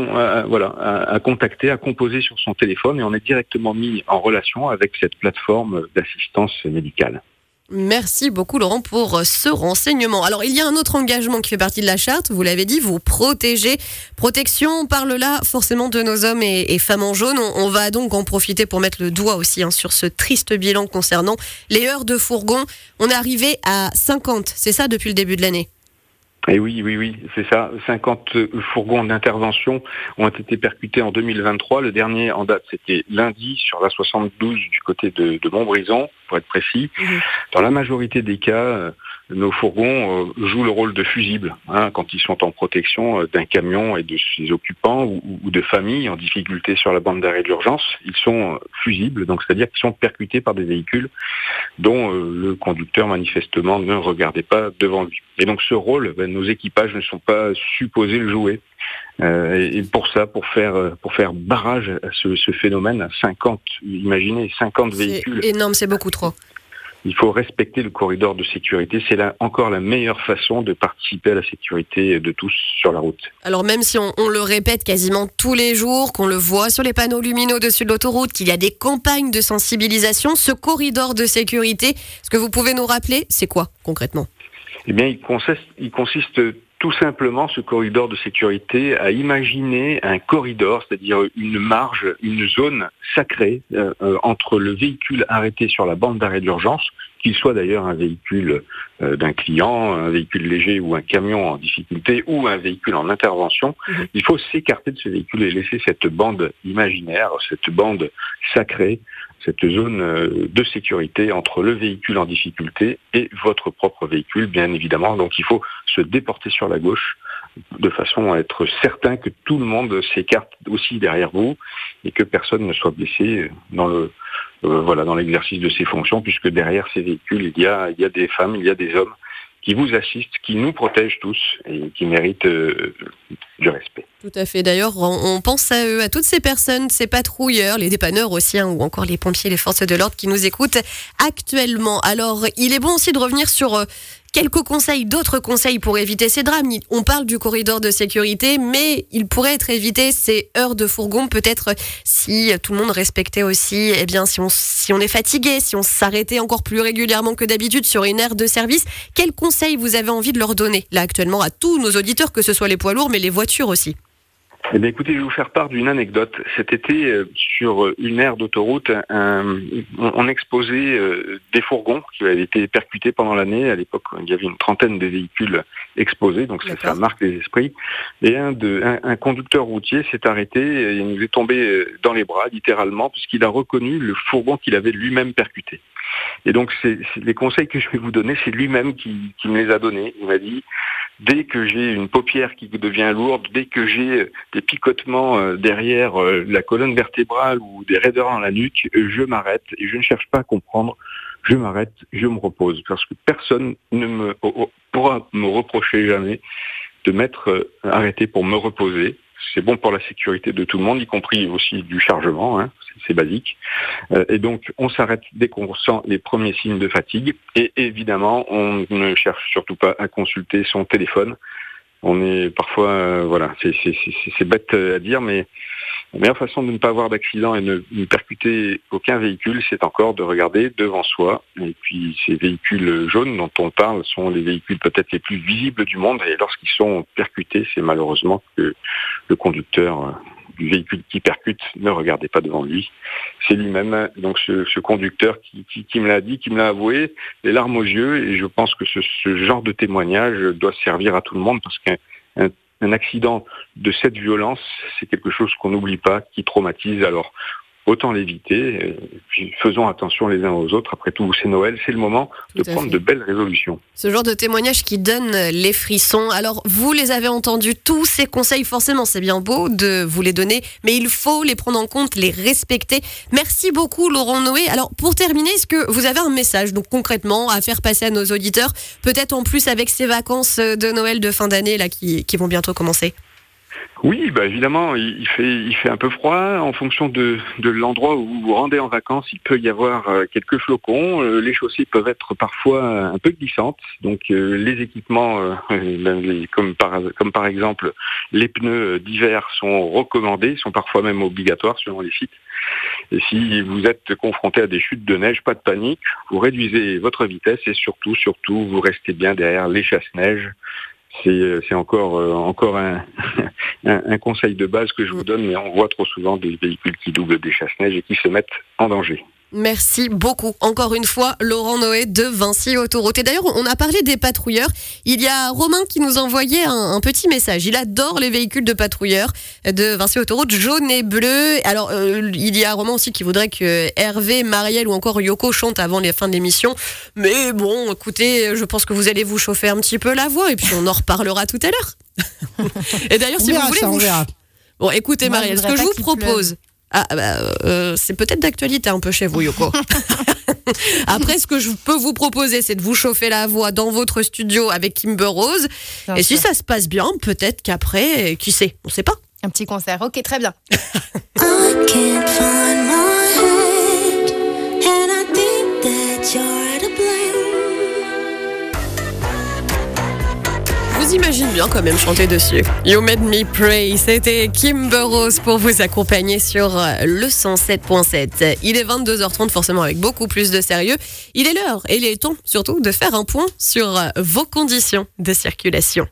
à contacter, à composer sur son téléphone et on est directement mis en relation avec cette plateforme d'assistance médicale. Merci beaucoup Laurent pour ce renseignement. Alors il y a un autre engagement qui fait partie de la charte, vous l'avez dit, vous protéger. Protection, on parle là forcément de nos hommes et femmes en jaune. On va donc en profiter pour mettre le doigt aussi sur ce triste bilan concernant les heures de fourgon. On est arrivé à 50, c'est ça depuis le début de l'année ? Et oui, c'est ça. 50 fourgons d'intervention ont été percutés en 2023. Le dernier en date, c'était lundi sur la 72 du côté de Montbrison, pour être précis. Dans la majorité des cas, nos fourgons jouent le rôle de fusibles quand ils sont en protection d'un camion et de ses occupants ou de familles en difficulté sur la bande d'arrêt d'urgence. Ils sont fusibles, donc c'est-à-dire qu'ils sont percutés par des véhicules dont le conducteur manifestement ne regardait pas devant lui. Et donc ce rôle, nos équipages ne sont pas supposés le jouer. Et pour ça, pour faire barrage à ce phénomène, à 50, imaginez 50 véhicules. C'est énorme, c'est beaucoup trop. Il faut respecter le corridor de sécurité. C'est là encore la meilleure façon de participer à la sécurité de tous sur la route. Alors même si on le répète quasiment tous les jours, qu'on le voit sur les panneaux lumineux au-dessus de l'autoroute, qu'il y a des campagnes de sensibilisation, ce corridor de sécurité, ce que vous pouvez nous rappeler, c'est quoi concrètement ? Eh bien, il consiste tout simplement, ce corridor de sécurité, à imaginer un corridor, c'est-à-dire une marge, une zone sacrée entre le véhicule arrêté sur la bande d'arrêt d'urgence, qu'il soit d'ailleurs un véhicule d'un client, un véhicule léger ou un camion en difficulté ou un véhicule en intervention. Il faut s'écarter de ce véhicule et laisser cette bande imaginaire, cette bande sacrée, cette zone de sécurité entre le véhicule en difficulté et votre propre véhicule, bien évidemment. Donc il faut se déporter sur la gauche de façon à être certain que tout le monde s'écarte aussi derrière vous et que personne ne soit blessé dans l'exercice de ses fonctions, puisque derrière ces véhicules, il y a des femmes, il y a des hommes qui vous assistent, qui nous protègent tous et qui méritent du respect. Tout à fait. D'ailleurs, on pense à eux, à toutes ces personnes, ces patrouilleurs, les dépanneurs aussi, ou encore les pompiers, les forces de l'ordre qui nous écoutent actuellement. Alors, il est bon aussi de revenir sur d'autres conseils pour éviter ces drames. On parle du corridor de sécurité, mais il pourrait être évité ces heures de fourgon. Peut-être si tout le monde respectait aussi, si on est fatigué, si on s'arrêtait encore plus régulièrement que d'habitude sur une aire de service. Quels conseils vous avez envie de leur donner, là, actuellement, à tous nos auditeurs, que ce soit les poids lourds, mais les voitures aussi? Eh bien, écoutez, je vais vous faire part d'une anecdote. Cet été, sur une aire d'autoroute, on exposait des fourgons qui avaient été percutés pendant l'année. À l'époque, il y avait une trentaine de véhicules exposés, donc ça marque les esprits. Et un conducteur routier s'est arrêté et il nous est tombé dans les bras, littéralement, puisqu'il a reconnu le fourgon qu'il avait lui-même percuté. Et donc, c'est les conseils que je vais vous donner, c'est lui-même qui me les a donnés. Il m'a dit: dès que j'ai une paupière qui devient lourde, dès que j'ai des picotements derrière la colonne vertébrale ou des raideurs dans la nuque, je m'arrête et je ne cherche pas à comprendre. Je m'arrête, je me repose, parce que personne ne pourra me reprocher jamais de m'être arrêté pour me reposer. C'est bon pour la sécurité de tout le monde, y compris aussi du chargement, c'est basique. Et donc, on s'arrête dès qu'on ressent les premiers signes de fatigue. Et évidemment, on ne cherche surtout pas à consulter son téléphone. On est parfois, c'est bête à dire, mais la meilleure façon de ne pas avoir d'accident et de ne percuter aucun véhicule, c'est encore de regarder devant soi. Et puis, ces véhicules jaunes dont on parle sont les véhicules peut-être les plus visibles du monde. Et lorsqu'ils sont percutés, c'est malheureusement que le conducteur du véhicule qui percute ne regardait pas devant lui. C'est lui-même, donc ce conducteur qui me l'a dit, qui me l'a avoué, les larmes aux yeux. Et je pense que ce genre de témoignage doit servir à tout le monde, parce qu'un accident de cette violence, c'est quelque chose qu'on n'oublie pas, qui traumatise. Alors, autant l'éviter. Puis faisons attention les uns aux autres. Après tout, c'est Noël, c'est le moment de prendre de belles résolutions. Ce genre de témoignage qui donne les frissons. Alors, vous les avez entendus, tous ces conseils, forcément, c'est bien beau de vous les donner, mais il faut les prendre en compte, les respecter. Merci beaucoup, Laurent Noé. Alors, pour terminer, est-ce que vous avez un message, donc concrètement, à faire passer à nos auditeurs, peut-être en plus avec ces vacances de Noël de fin d'année là qui vont bientôt commencer? Oui, évidemment, il fait un peu froid. En fonction de l'endroit où vous vous rendez en vacances, il peut y avoir quelques flocons. Les chaussées peuvent être parfois un peu glissantes. Donc les équipements, comme par exemple les pneus d'hiver, sont recommandés, sont parfois même obligatoires selon les sites. Et si vous êtes confronté à des chutes de neige, pas de panique, vous réduisez votre vitesse et surtout, vous restez bien derrière les chasse-neige. C'est encore un conseil de base que je vous donne, mais on voit trop souvent des véhicules qui doublent des chasse-neige et qui se mettent en danger. Merci beaucoup. Encore une fois, Laurent Noé de Vinci Autoroute. Et d'ailleurs, on a parlé des patrouilleurs. Il y a Romain qui nous envoyait un petit message. Il adore les véhicules de patrouilleurs de Vinci Autoroute, jaune et bleu. Alors, il y a Romain aussi qui voudrait que Hervé, Marielle ou encore Yoko chantent avant les fins de l'émission. Mais bon, écoutez, je pense que vous allez vous chauffer un petit peu la voix et puis on en reparlera tout à l'heure. Et d'ailleurs, si vous voulez... Bon, écoutez, Marielle, ce que je vous propose... c'est peut-être d'actualité un peu chez vous, Yoko. Après, ce que je peux vous proposer, c'est de vous chauffer la voix dans votre studio avec Kimber Rose. Et si ça se passe bien, peut-être qu'après, qui sait, on sait pas. Un petit concert, ok, très bien. Vous imaginez bien quand même chanter dessus. You Made Me Pray, c'était Kimber Rose pour vous accompagner sur le 107.7. Il est 22h30, forcément avec beaucoup plus de sérieux. Il est l'heure et il est temps surtout de faire un point sur vos conditions de circulation.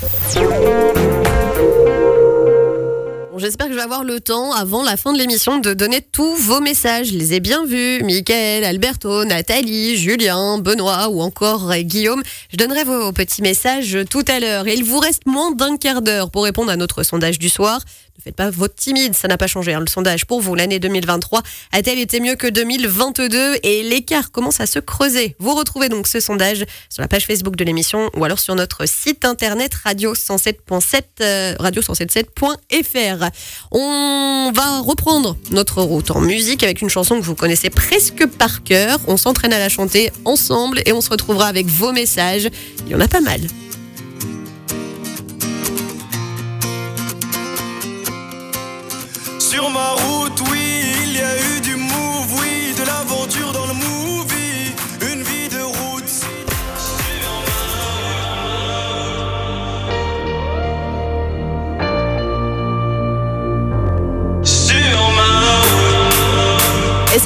J'espère que je vais avoir le temps, avant la fin de l'émission, de donner tous vos messages. Je les ai bien vus. Mickaël, Alberto, Nathalie, Julien, Benoît ou encore Guillaume. Je donnerai vos petits messages tout à l'heure. Et il vous reste moins d'un quart d'heure pour répondre à notre sondage du soir. Ne faites pas votre timide, ça n'a pas changé. Le sondage pour vous, l'année 2023, a-t-elle été mieux que 2022? Et l'écart commence à se creuser. Vous retrouvez donc ce sondage sur la page Facebook de l'émission ou alors sur notre site internet radio107.7, radio107.fr. On va reprendre notre route en musique avec une chanson que vous connaissez presque par cœur. On s'entraîne à la chanter ensemble et on se retrouvera avec vos messages. Il y en a pas mal.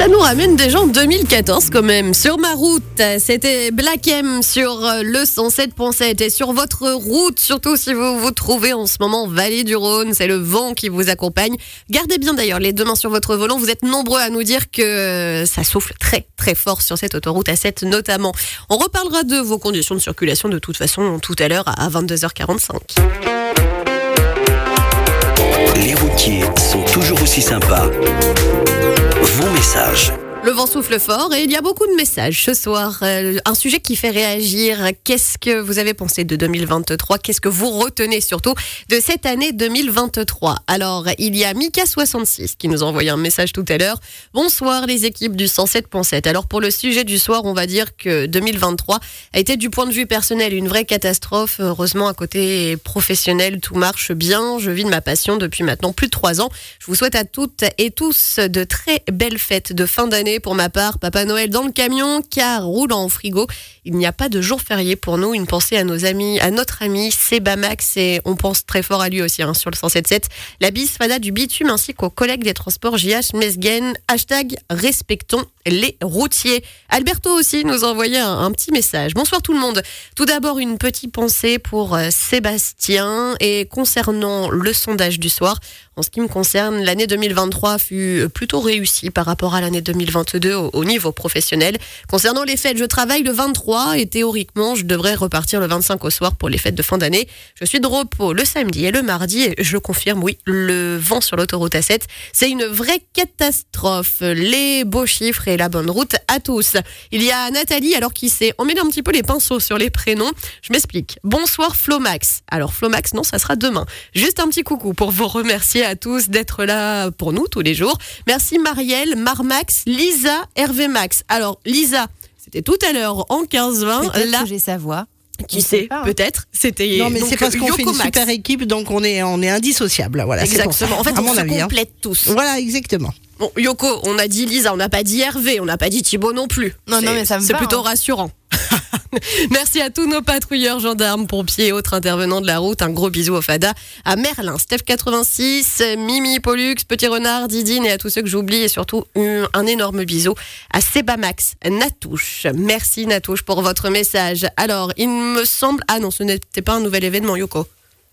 Ça nous ramène déjà en 2014 quand même. Sur ma route, c'était Black M sur le 107.7. Et sur votre route, surtout si vous vous trouvez en ce moment en Vallée du Rhône, c'est le vent qui vous accompagne. Gardez bien d'ailleurs les deux mains sur votre volant. Vous êtes nombreux à nous dire que ça souffle très très fort sur cette autoroute A7 notamment. On reparlera de vos conditions de circulation de toute façon tout à l'heure à 22h45. Les routiers sont toujours aussi sympas. Vos messages. Le vent souffle fort et il y a beaucoup de messages ce soir. Un sujet qui fait réagir. Qu'est-ce que vous avez pensé de 2023 ? Qu'est-ce que vous retenez surtout de cette année 2023 ? Alors, il y a Mika66 qui nous a envoyé un message tout à l'heure. Bonsoir les équipes du 107.7. Alors pour le sujet du soir, on va dire que 2023 a été du point de vue personnel une vraie catastrophe. Heureusement, à côté professionnel, tout marche bien. Je vis de ma passion depuis maintenant plus de 3 ans. Je vous souhaite à toutes et tous de très belles fêtes de fin d'année. Pour ma part, Papa Noël dans le camion, car roulant en frigo. Il n'y a pas de jour férié pour nous. Une pensée à nos amis, à notre ami Seba Max, et on pense très fort à lui aussi sur le 107.7. La bise Fada du bitume ainsi qu'aux collègues des transports JH Mesgen. Hashtag respectons les routiers. Alberto aussi nous a envoyé un petit message. Bonsoir tout le monde. Tout d'abord, une petite pensée pour Sébastien. Et concernant le sondage du soir, en ce qui me concerne, l'année 2023 fut plutôt réussie par rapport à l'année 2022 au niveau professionnel. Concernant les fêtes, je travaille le 23 et théoriquement, je devrais repartir le 25 au soir pour les fêtes de fin d'année. Je suis de repos le samedi et le mardi et je confirme, oui, le vent sur l'autoroute A7, c'est une vraie catastrophe. Les beaux chiffres et la bonne route à tous. Il y a Nathalie, alors qui sait, on met un petit peu les pinceaux sur les prénoms. Je m'explique. Bonsoir Flomax. Alors Flomax, non, ça sera demain. Juste un petit coucou pour vous remercier à tous d'être là pour nous tous les jours. Merci Marielle, Marmax, Lisa, Hervé Max. Alors Lisa, c'était tout à l'heure en 15-20. Peut-être là, que j'ai sa voix. qui sait, peut-être. C'était non, mais donc, c'est parce qu'on fait une Yoko super Max. équipe, donc on est indissociables. Voilà, Exactement. c'est pour ça, En fait, à on mon se avis, complète tous. Voilà, exactement. Bon, Yoko, on a dit Lisa, on n'a pas dit Hervé, on n'a pas dit Thibaut non plus. Non, mais ça me c'est va, plutôt hein. rassurant. Merci à tous nos patrouilleurs, gendarmes, pompiers et autres intervenants de la route. Un gros bisou au Fada, à Merlin, Steph86, Mimi, Pollux, Petit Renard, Didine et à tous ceux que j'oublie. Et surtout, un énorme bisou à Sebamax, Natouche. Merci Natouche pour votre message. Alors, il me semble... Ah non, ce n'était pas un nouvel événement, Yoko.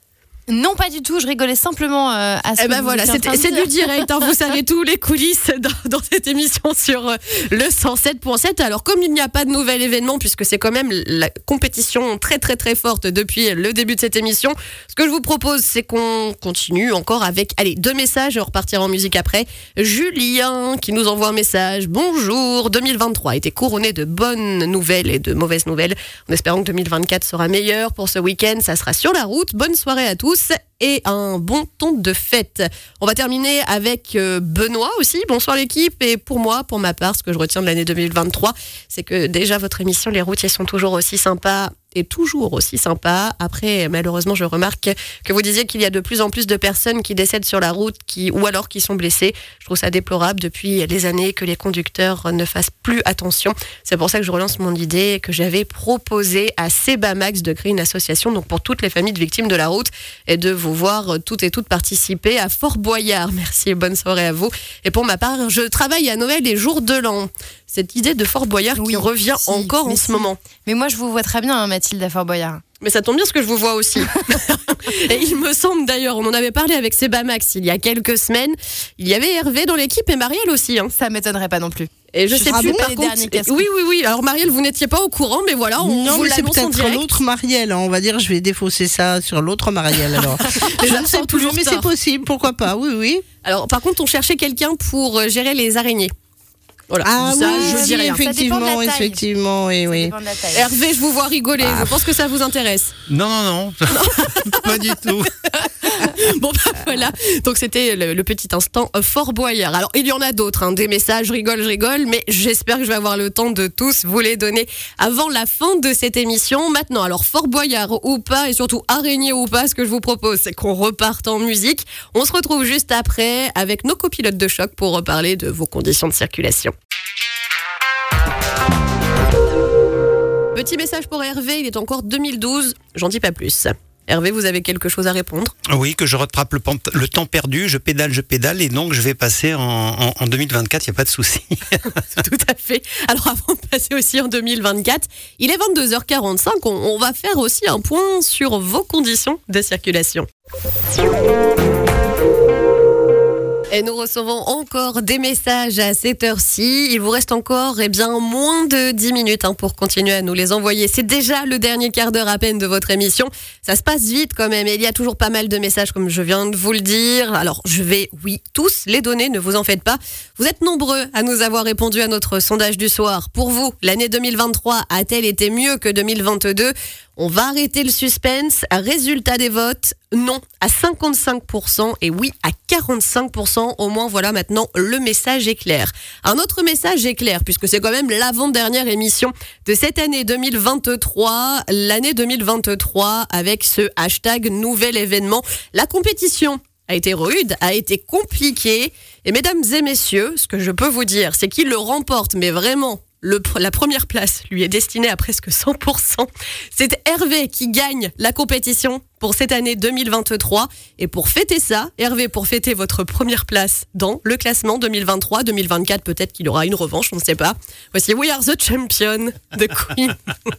Non, pas du tout. Je rigolais simplement à ce que vous voilà, étiez en train de c'est dire. du direct. Vous savez tous les coulisses dans cette émission sur le 107.7. Alors, comme il n'y a pas de nouvel événement, puisque c'est quand même la compétition très très très forte depuis le début de cette émission, ce que je vous propose, c'est qu'on continue encore avec 2 messages. On repartira en musique après. Julien qui nous envoie un message. Bonjour, 2023 a été couronné de bonnes nouvelles et de mauvaises nouvelles. En espérant que 2024 sera meilleur pour ce week-end. Ça sera sur la route. Bonne soirée à tous. Et un bon temps de fête. On va terminer avec Benoît aussi. Bonsoir l'équipe. Et pour ma part, ce que je retiens de l'année 2023, c'est que déjà votre émission, les routiers sont toujours aussi sympas. Et toujours aussi sympa. Après, malheureusement, je remarque que vous disiez qu'il y a de plus en plus de personnes qui décèdent sur la route ou alors qui sont blessées. Je trouve ça déplorable depuis des années que les conducteurs ne fassent plus attention. C'est pour ça que je relance mon idée que j'avais proposé à Seba Max de créer une association donc pour toutes les familles de victimes de la route et de vous voir toutes et toutes participer à Fort Boyard. Merci et bonne soirée à vous. Et pour ma part, je travaille à Noël et jour de l'an. Cette idée de Fort Boyard qui revient encore en ce moment. Mais moi, je vous vois très bien, Mathilde, à Fort Boyard. Mais ça tombe bien ce que je vous vois aussi. Et il me semble d'ailleurs, on en avait parlé avec Seba Max il y a quelques semaines. Il y avait Hervé dans l'équipe et Marielle aussi. Ça m'étonnerait pas non plus. Et je sais plus par les contre. derniers casques. Oui. Alors Marielle, vous n'étiez pas au courant, mais voilà, non, vous mais c'est l'annonce en peut-être direct. l'autre Marielle. On va dire, je vais défausser ça sur l'autre Marielle. Alors, je ne sais plus, mais c'est possible. Pourquoi pas ? Oui. Alors, par contre, on cherchait quelqu'un pour gérer les araignées. Voilà. Ah ça, oui, je dis rien. Effectivement, oui. Hervé, je vous vois rigoler. Je pense que ça vous intéresse. Non. Pas du tout. Bon, voilà. Donc, c'était le petit instant Fort Boyard. Alors, il y en a d'autres, des messages. Je rigole, mais j'espère que je vais avoir le temps de tous vous les donner avant la fin de cette émission. Maintenant, alors, Fort Boyard ou pas, et surtout araignée ou pas, ce que je vous propose, c'est qu'on reparte en musique. On se retrouve juste après avec nos copilotes de choc pour reparler de vos conditions de circulation. Petit message pour Hervé, il est encore 2012, j'en dis pas plus. Hervé, vous avez quelque chose à répondre? Oui, que je rattrape le temps perdu, je pédale, et donc je vais passer en 2024, il n'y a pas de souci. Tout à fait. Alors avant de passer aussi en 2024, il est 22h45, on va faire aussi un point sur vos conditions de circulation. Et nous recevons encore des messages à cette heure-ci. Il vous reste encore moins de 10 minutes pour continuer à nous les envoyer. C'est déjà le dernier quart d'heure à peine de votre émission. Ça se passe vite quand même. Et il y a toujours pas mal de messages comme je viens de vous le dire. Alors je vais, tous les donner, ne vous en faites pas. Vous êtes nombreux à nous avoir répondu à notre sondage du soir. Pour vous, l'année 2023 a-t-elle été mieux que 2022 ? On va arrêter le suspense. Résultat des votes, non à 55% et oui à 45%. Au moins, voilà, maintenant, le message est clair. Un autre message est clair, puisque c'est quand même l'avant-dernière émission de cette année 2023. L'année 2023 avec ce hashtag nouvel événement. La compétition a été rude, a été compliquée. Et mesdames et messieurs, ce que je peux vous dire, c'est qu'il le remporte, mais vraiment... La première place lui est destinée à presque 100%. C'est Hervé qui gagne la compétition pour cette année 2023. Et pour fêter ça, Hervé, pour fêter votre première place dans le classement 2023-2024, peut-être qu'il aura une revanche, on ne sait pas. Voici We Are the Champion de Queen.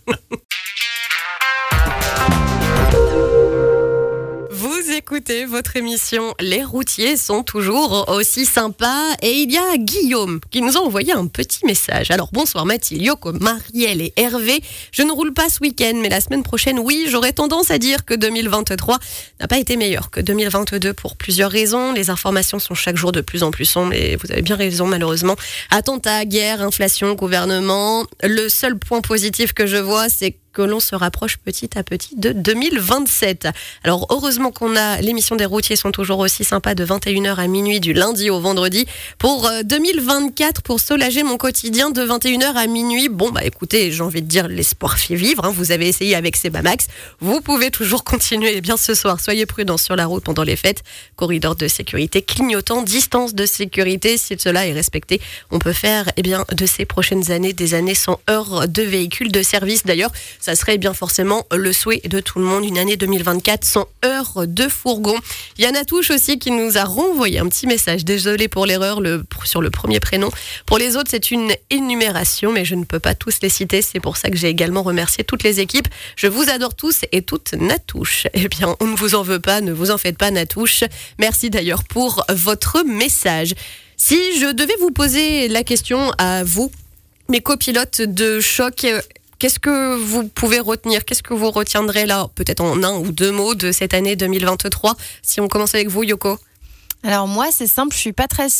Vous écoutez votre émission Les routiers sont toujours aussi sympas et il y a Guillaume qui nous a envoyé un petit message. Alors bonsoir Mathilde, Yoko, Marielle et Hervé. Je ne roule pas ce week-end mais la semaine prochaine, oui, j'aurais tendance à dire que 2023 n'a pas été meilleur que 2022 pour plusieurs raisons. Les informations sont chaque jour de plus en plus sombres et vous avez bien raison malheureusement. Attentats, guerre, inflation, gouvernement. Le seul point positif que je vois, c'est que l'on se rapproche petit à petit de 2027. Alors heureusement qu'on a l'émission des routiers sont toujours aussi sympas de 21h à minuit du lundi au vendredi. Pour 2024, pour soulager mon quotidien de 21h à minuit, écoutez, j'ai envie de dire l'espoir fait vivre. Vous avez essayé avec Sebamax. Vous pouvez toujours continuer. Et bien ce soir, soyez prudents sur la route pendant les fêtes. Corridor de sécurité clignotant, distance de sécurité. Si cela est respecté, on peut faire de ces prochaines années des années sans heures de véhicules de service. D'ailleurs, ça serait bien forcément le souhait de tout le monde, une année 2024 sans heures de fourgon. Il y a Natouche aussi qui nous a renvoyé un petit message. Désolé pour l'erreur sur le premier prénom. Pour les autres, c'est une énumération, mais je ne peux pas tous les citer. C'est pour ça que j'ai également remercié toutes les équipes. Je vous adore tous et toutes Natouche. On ne vous en veut pas, ne vous en faites pas Natouche. Merci d'ailleurs pour votre message. Si je devais vous poser la question à vous, mes copilotes de choc, qu'est-ce que vous pouvez retenir? Qu'est-ce que vous retiendrez là, peut-être en un ou deux mots de cette année 2023? Si on commence avec vous, Yoko. Alors moi, c'est simple, je suis pas très...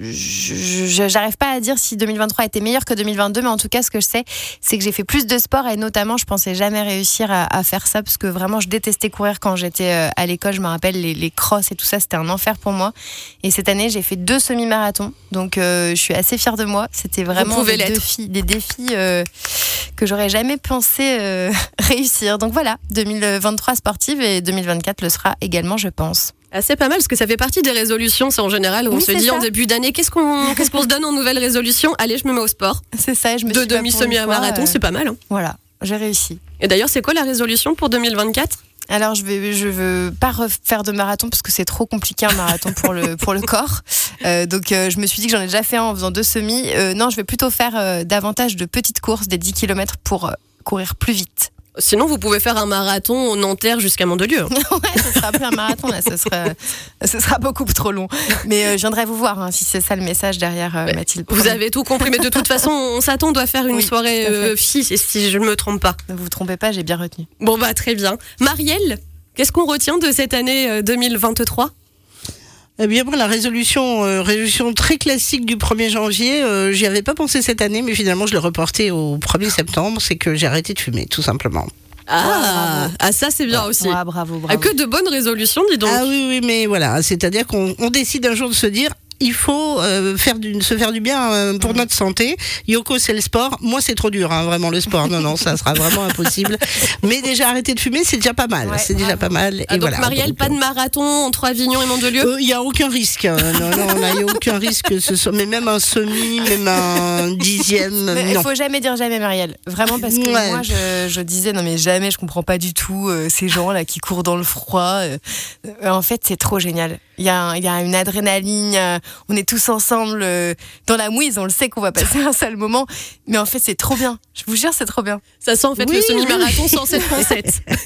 J'arrive pas à dire si 2023 était meilleur que 2022, mais en tout cas, ce que je sais, c'est que j'ai fait plus de sport et notamment, je pensais jamais réussir à faire ça parce que vraiment, je détestais courir quand j'étais à l'école. Je me rappelle, les crosses et tout ça, c'était un enfer pour moi. Et cette année, j'ai fait 2 semi-marathons, donc je suis assez fière de moi. C'était vraiment des défis que j'aurais jamais pensé réussir. Donc voilà, 2023 sportive et 2024 le sera également, je pense. Ah, c'est pas mal parce que ça fait partie des résolutions, c'est en général où on se dit en début d'année qu'est-ce qu'on se donne en nouvelle résolution. Allez, je me mets au sport. C'est ça, je me suis demi-semi-marathon, c'est pas mal. Voilà, j'ai réussi. Et d'ailleurs, c'est quoi la résolution pour 2024 ? Alors, je veux pas refaire de marathon parce que c'est trop compliqué un marathon pour le corps. Donc, je me suis dit que j'en ai déjà fait un en faisant 2 semis. Non, je vais plutôt faire davantage de petites courses, des 10 km pour courir plus vite. Sinon, vous pouvez faire un marathon au Nanterre jusqu'à Mandelieu. Ouais, ce sera plus un marathon, là, ce sera beaucoup trop long. Mais je viendrai vous voir, si c'est ça le message derrière Mathilde. Vous avez tout compris, mais de toute façon, on s'attend, on doit faire une soirée fille, si je ne me trompe pas. Ne vous trompez pas, j'ai bien retenu. Bon, très bien. Marielle, qu'est-ce qu'on retient de cette année 2023 ? Eh bien, la résolution très classique du 1er janvier, j'y avais pas pensé cette année, mais finalement, je l'ai reporté au 1er septembre, c'est que j'ai arrêté de fumer, tout simplement. Ah, ça c'est bien aussi. Bravo. Que de bonnes résolutions, dis donc. Ah oui, mais voilà, c'est-à-dire qu'on décide un jour de se dire, il faut se faire du bien pour notre santé. Yoko, c'est le sport. Moi, c'est trop dur, hein, vraiment le sport. Non, ça sera vraiment impossible. Mais déjà arrêter de fumer, c'est déjà pas mal. Ouais, c'est déjà pas mal. Et donc voilà. Marielle, pas de marathon entre Avignon et Mandelieu. Il n'y a aucun risque. Non, il n'y a aucun risque que ce soit, mais même un semi, même un dixième. Il non. faut jamais dire jamais, Marielle. Vraiment, parce que moi, je disais, non mais jamais, je comprends pas du tout ces gens-là qui courent dans le froid. En fait, c'est trop génial. Il y a une adrénaline, on est tous ensemble dans la mouise, on le sait qu'on va passer un sale moment, mais en fait, c'est trop bien. Je vous jure, c'est trop bien. Ça sent en fait le semi-marathon 107.7.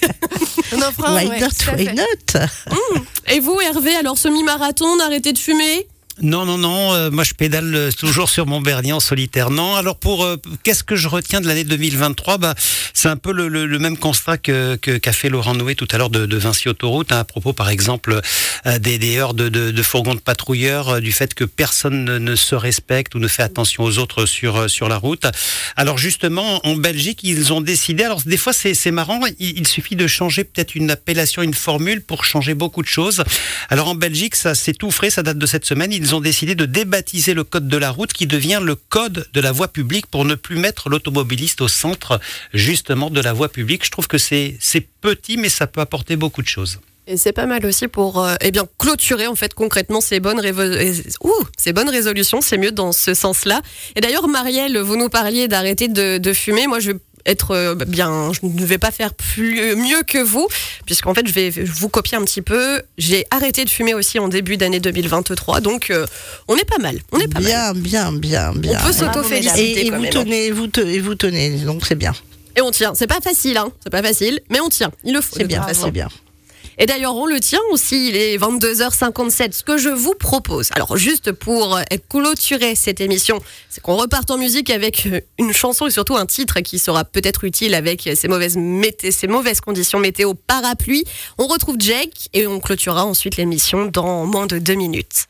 Why not? Et vous, Hervé, alors semi-marathon, arrêtez de fumer? Non, moi je pédale toujours sur mon vernis en solitaire. Non, alors qu'est-ce que je retiens de l'année 2023 ? C'est un peu le même constat qu'a fait Laurent Noé tout à l'heure de Vinci Autoroute, hein, à propos par exemple des heures de fourgons de patrouilleurs, du fait que personne ne se respecte ou ne fait attention aux autres sur la route. Alors justement, en Belgique, ils ont décidé, alors des fois c'est marrant, il suffit de changer peut-être une appellation, une formule pour changer beaucoup de choses. Alors en Belgique, ça c'est tout frais, ça date de cette semaine, ils ont décidé de débaptiser le code de la route qui devient le code de la voie publique pour ne plus mettre l'automobiliste au centre justement de la voie publique. Je trouve que c'est petit, mais ça peut apporter beaucoup de choses. Et c'est pas mal aussi pour clôturer en fait concrètement ces bonnes résolutions. C'est mieux dans ce sens-là. Et d'ailleurs, Marielle, vous nous parliez d'arrêter de fumer. Moi, je ne vais pas faire mieux que vous, puisqu'en fait, je vais vous copier un petit peu. J'ai arrêté de fumer aussi en début d'année 2023, donc on est pas mal. Bien. On peut s'auto-féliciter quand même. Et vous tenez, donc c'est bien. Et on tient. C'est pas facile, mais on tient. Il le faut. C'est bien. Et d'ailleurs, on le tient aussi, il est 22h57. Ce que je vous propose, alors juste pour clôturer cette émission, c'est qu'on reparte en musique avec une chanson et surtout un titre qui sera peut-être utile avec ces mauvaises conditions météo parapluie. On retrouve Jake et on clôturera ensuite l'émission dans moins de 2 minutes.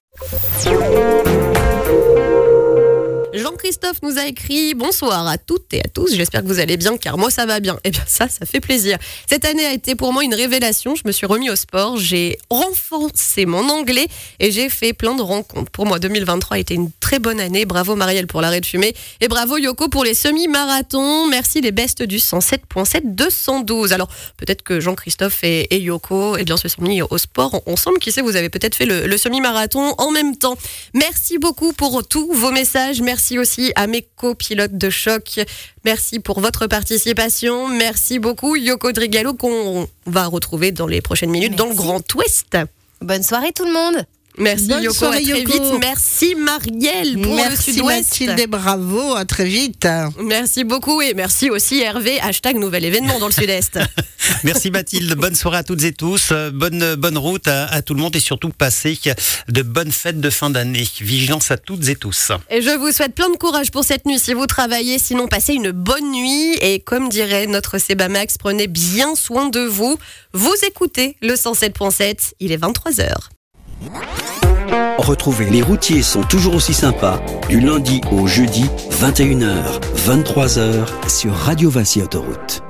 Jean-Christophe nous a écrit « Bonsoir à toutes et à tous, j'espère que vous allez bien car moi ça va bien. » Eh bien ça fait plaisir. Cette année a été pour moi une révélation, je me suis remis au sport, j'ai renforcé mon anglais et j'ai fait plein de rencontres. Pour moi 2023 a été une très bonne année, bravo Marielle pour l'arrêt de fumer et bravo Yoko pour les semi-marathons. Merci les bestes du 107.7 212. Alors peut-être que Jean-Christophe et Yoko se sont mis au sport ensemble, qui sait, vous avez peut-être fait le semi-marathon en même temps. Merci beaucoup pour tous vos messages, merci aussi à mes copilotes de choc. Merci pour votre participation. Merci beaucoup Yoko Drigalo qu'on va retrouver dans les prochaines minutes dans le Grand Ouest. Bonne soirée tout le monde. Merci Bonne Yoko, soirée, à très Yoko. vite. Merci Marielle pour le Sud-Ouest. Merci Mathilde et bravo, à très vite. Merci beaucoup et merci aussi Hervé, #nouvel événement dans le Sud-Est. Merci Mathilde, bonne soirée à toutes et tous, bonne route à tout le monde et surtout passez de bonnes fêtes de fin d'année. Vigilance à toutes et tous. Et je vous souhaite plein de courage pour cette nuit si vous travaillez, sinon passez une bonne nuit et comme dirait notre Seba Max, prenez bien soin de vous. Vous écoutez le 107.7, il est 23h. Retrouvez Les Routiers sont toujours aussi sympas du lundi au jeudi 21h, 23h sur Radio Vinci Autoroute.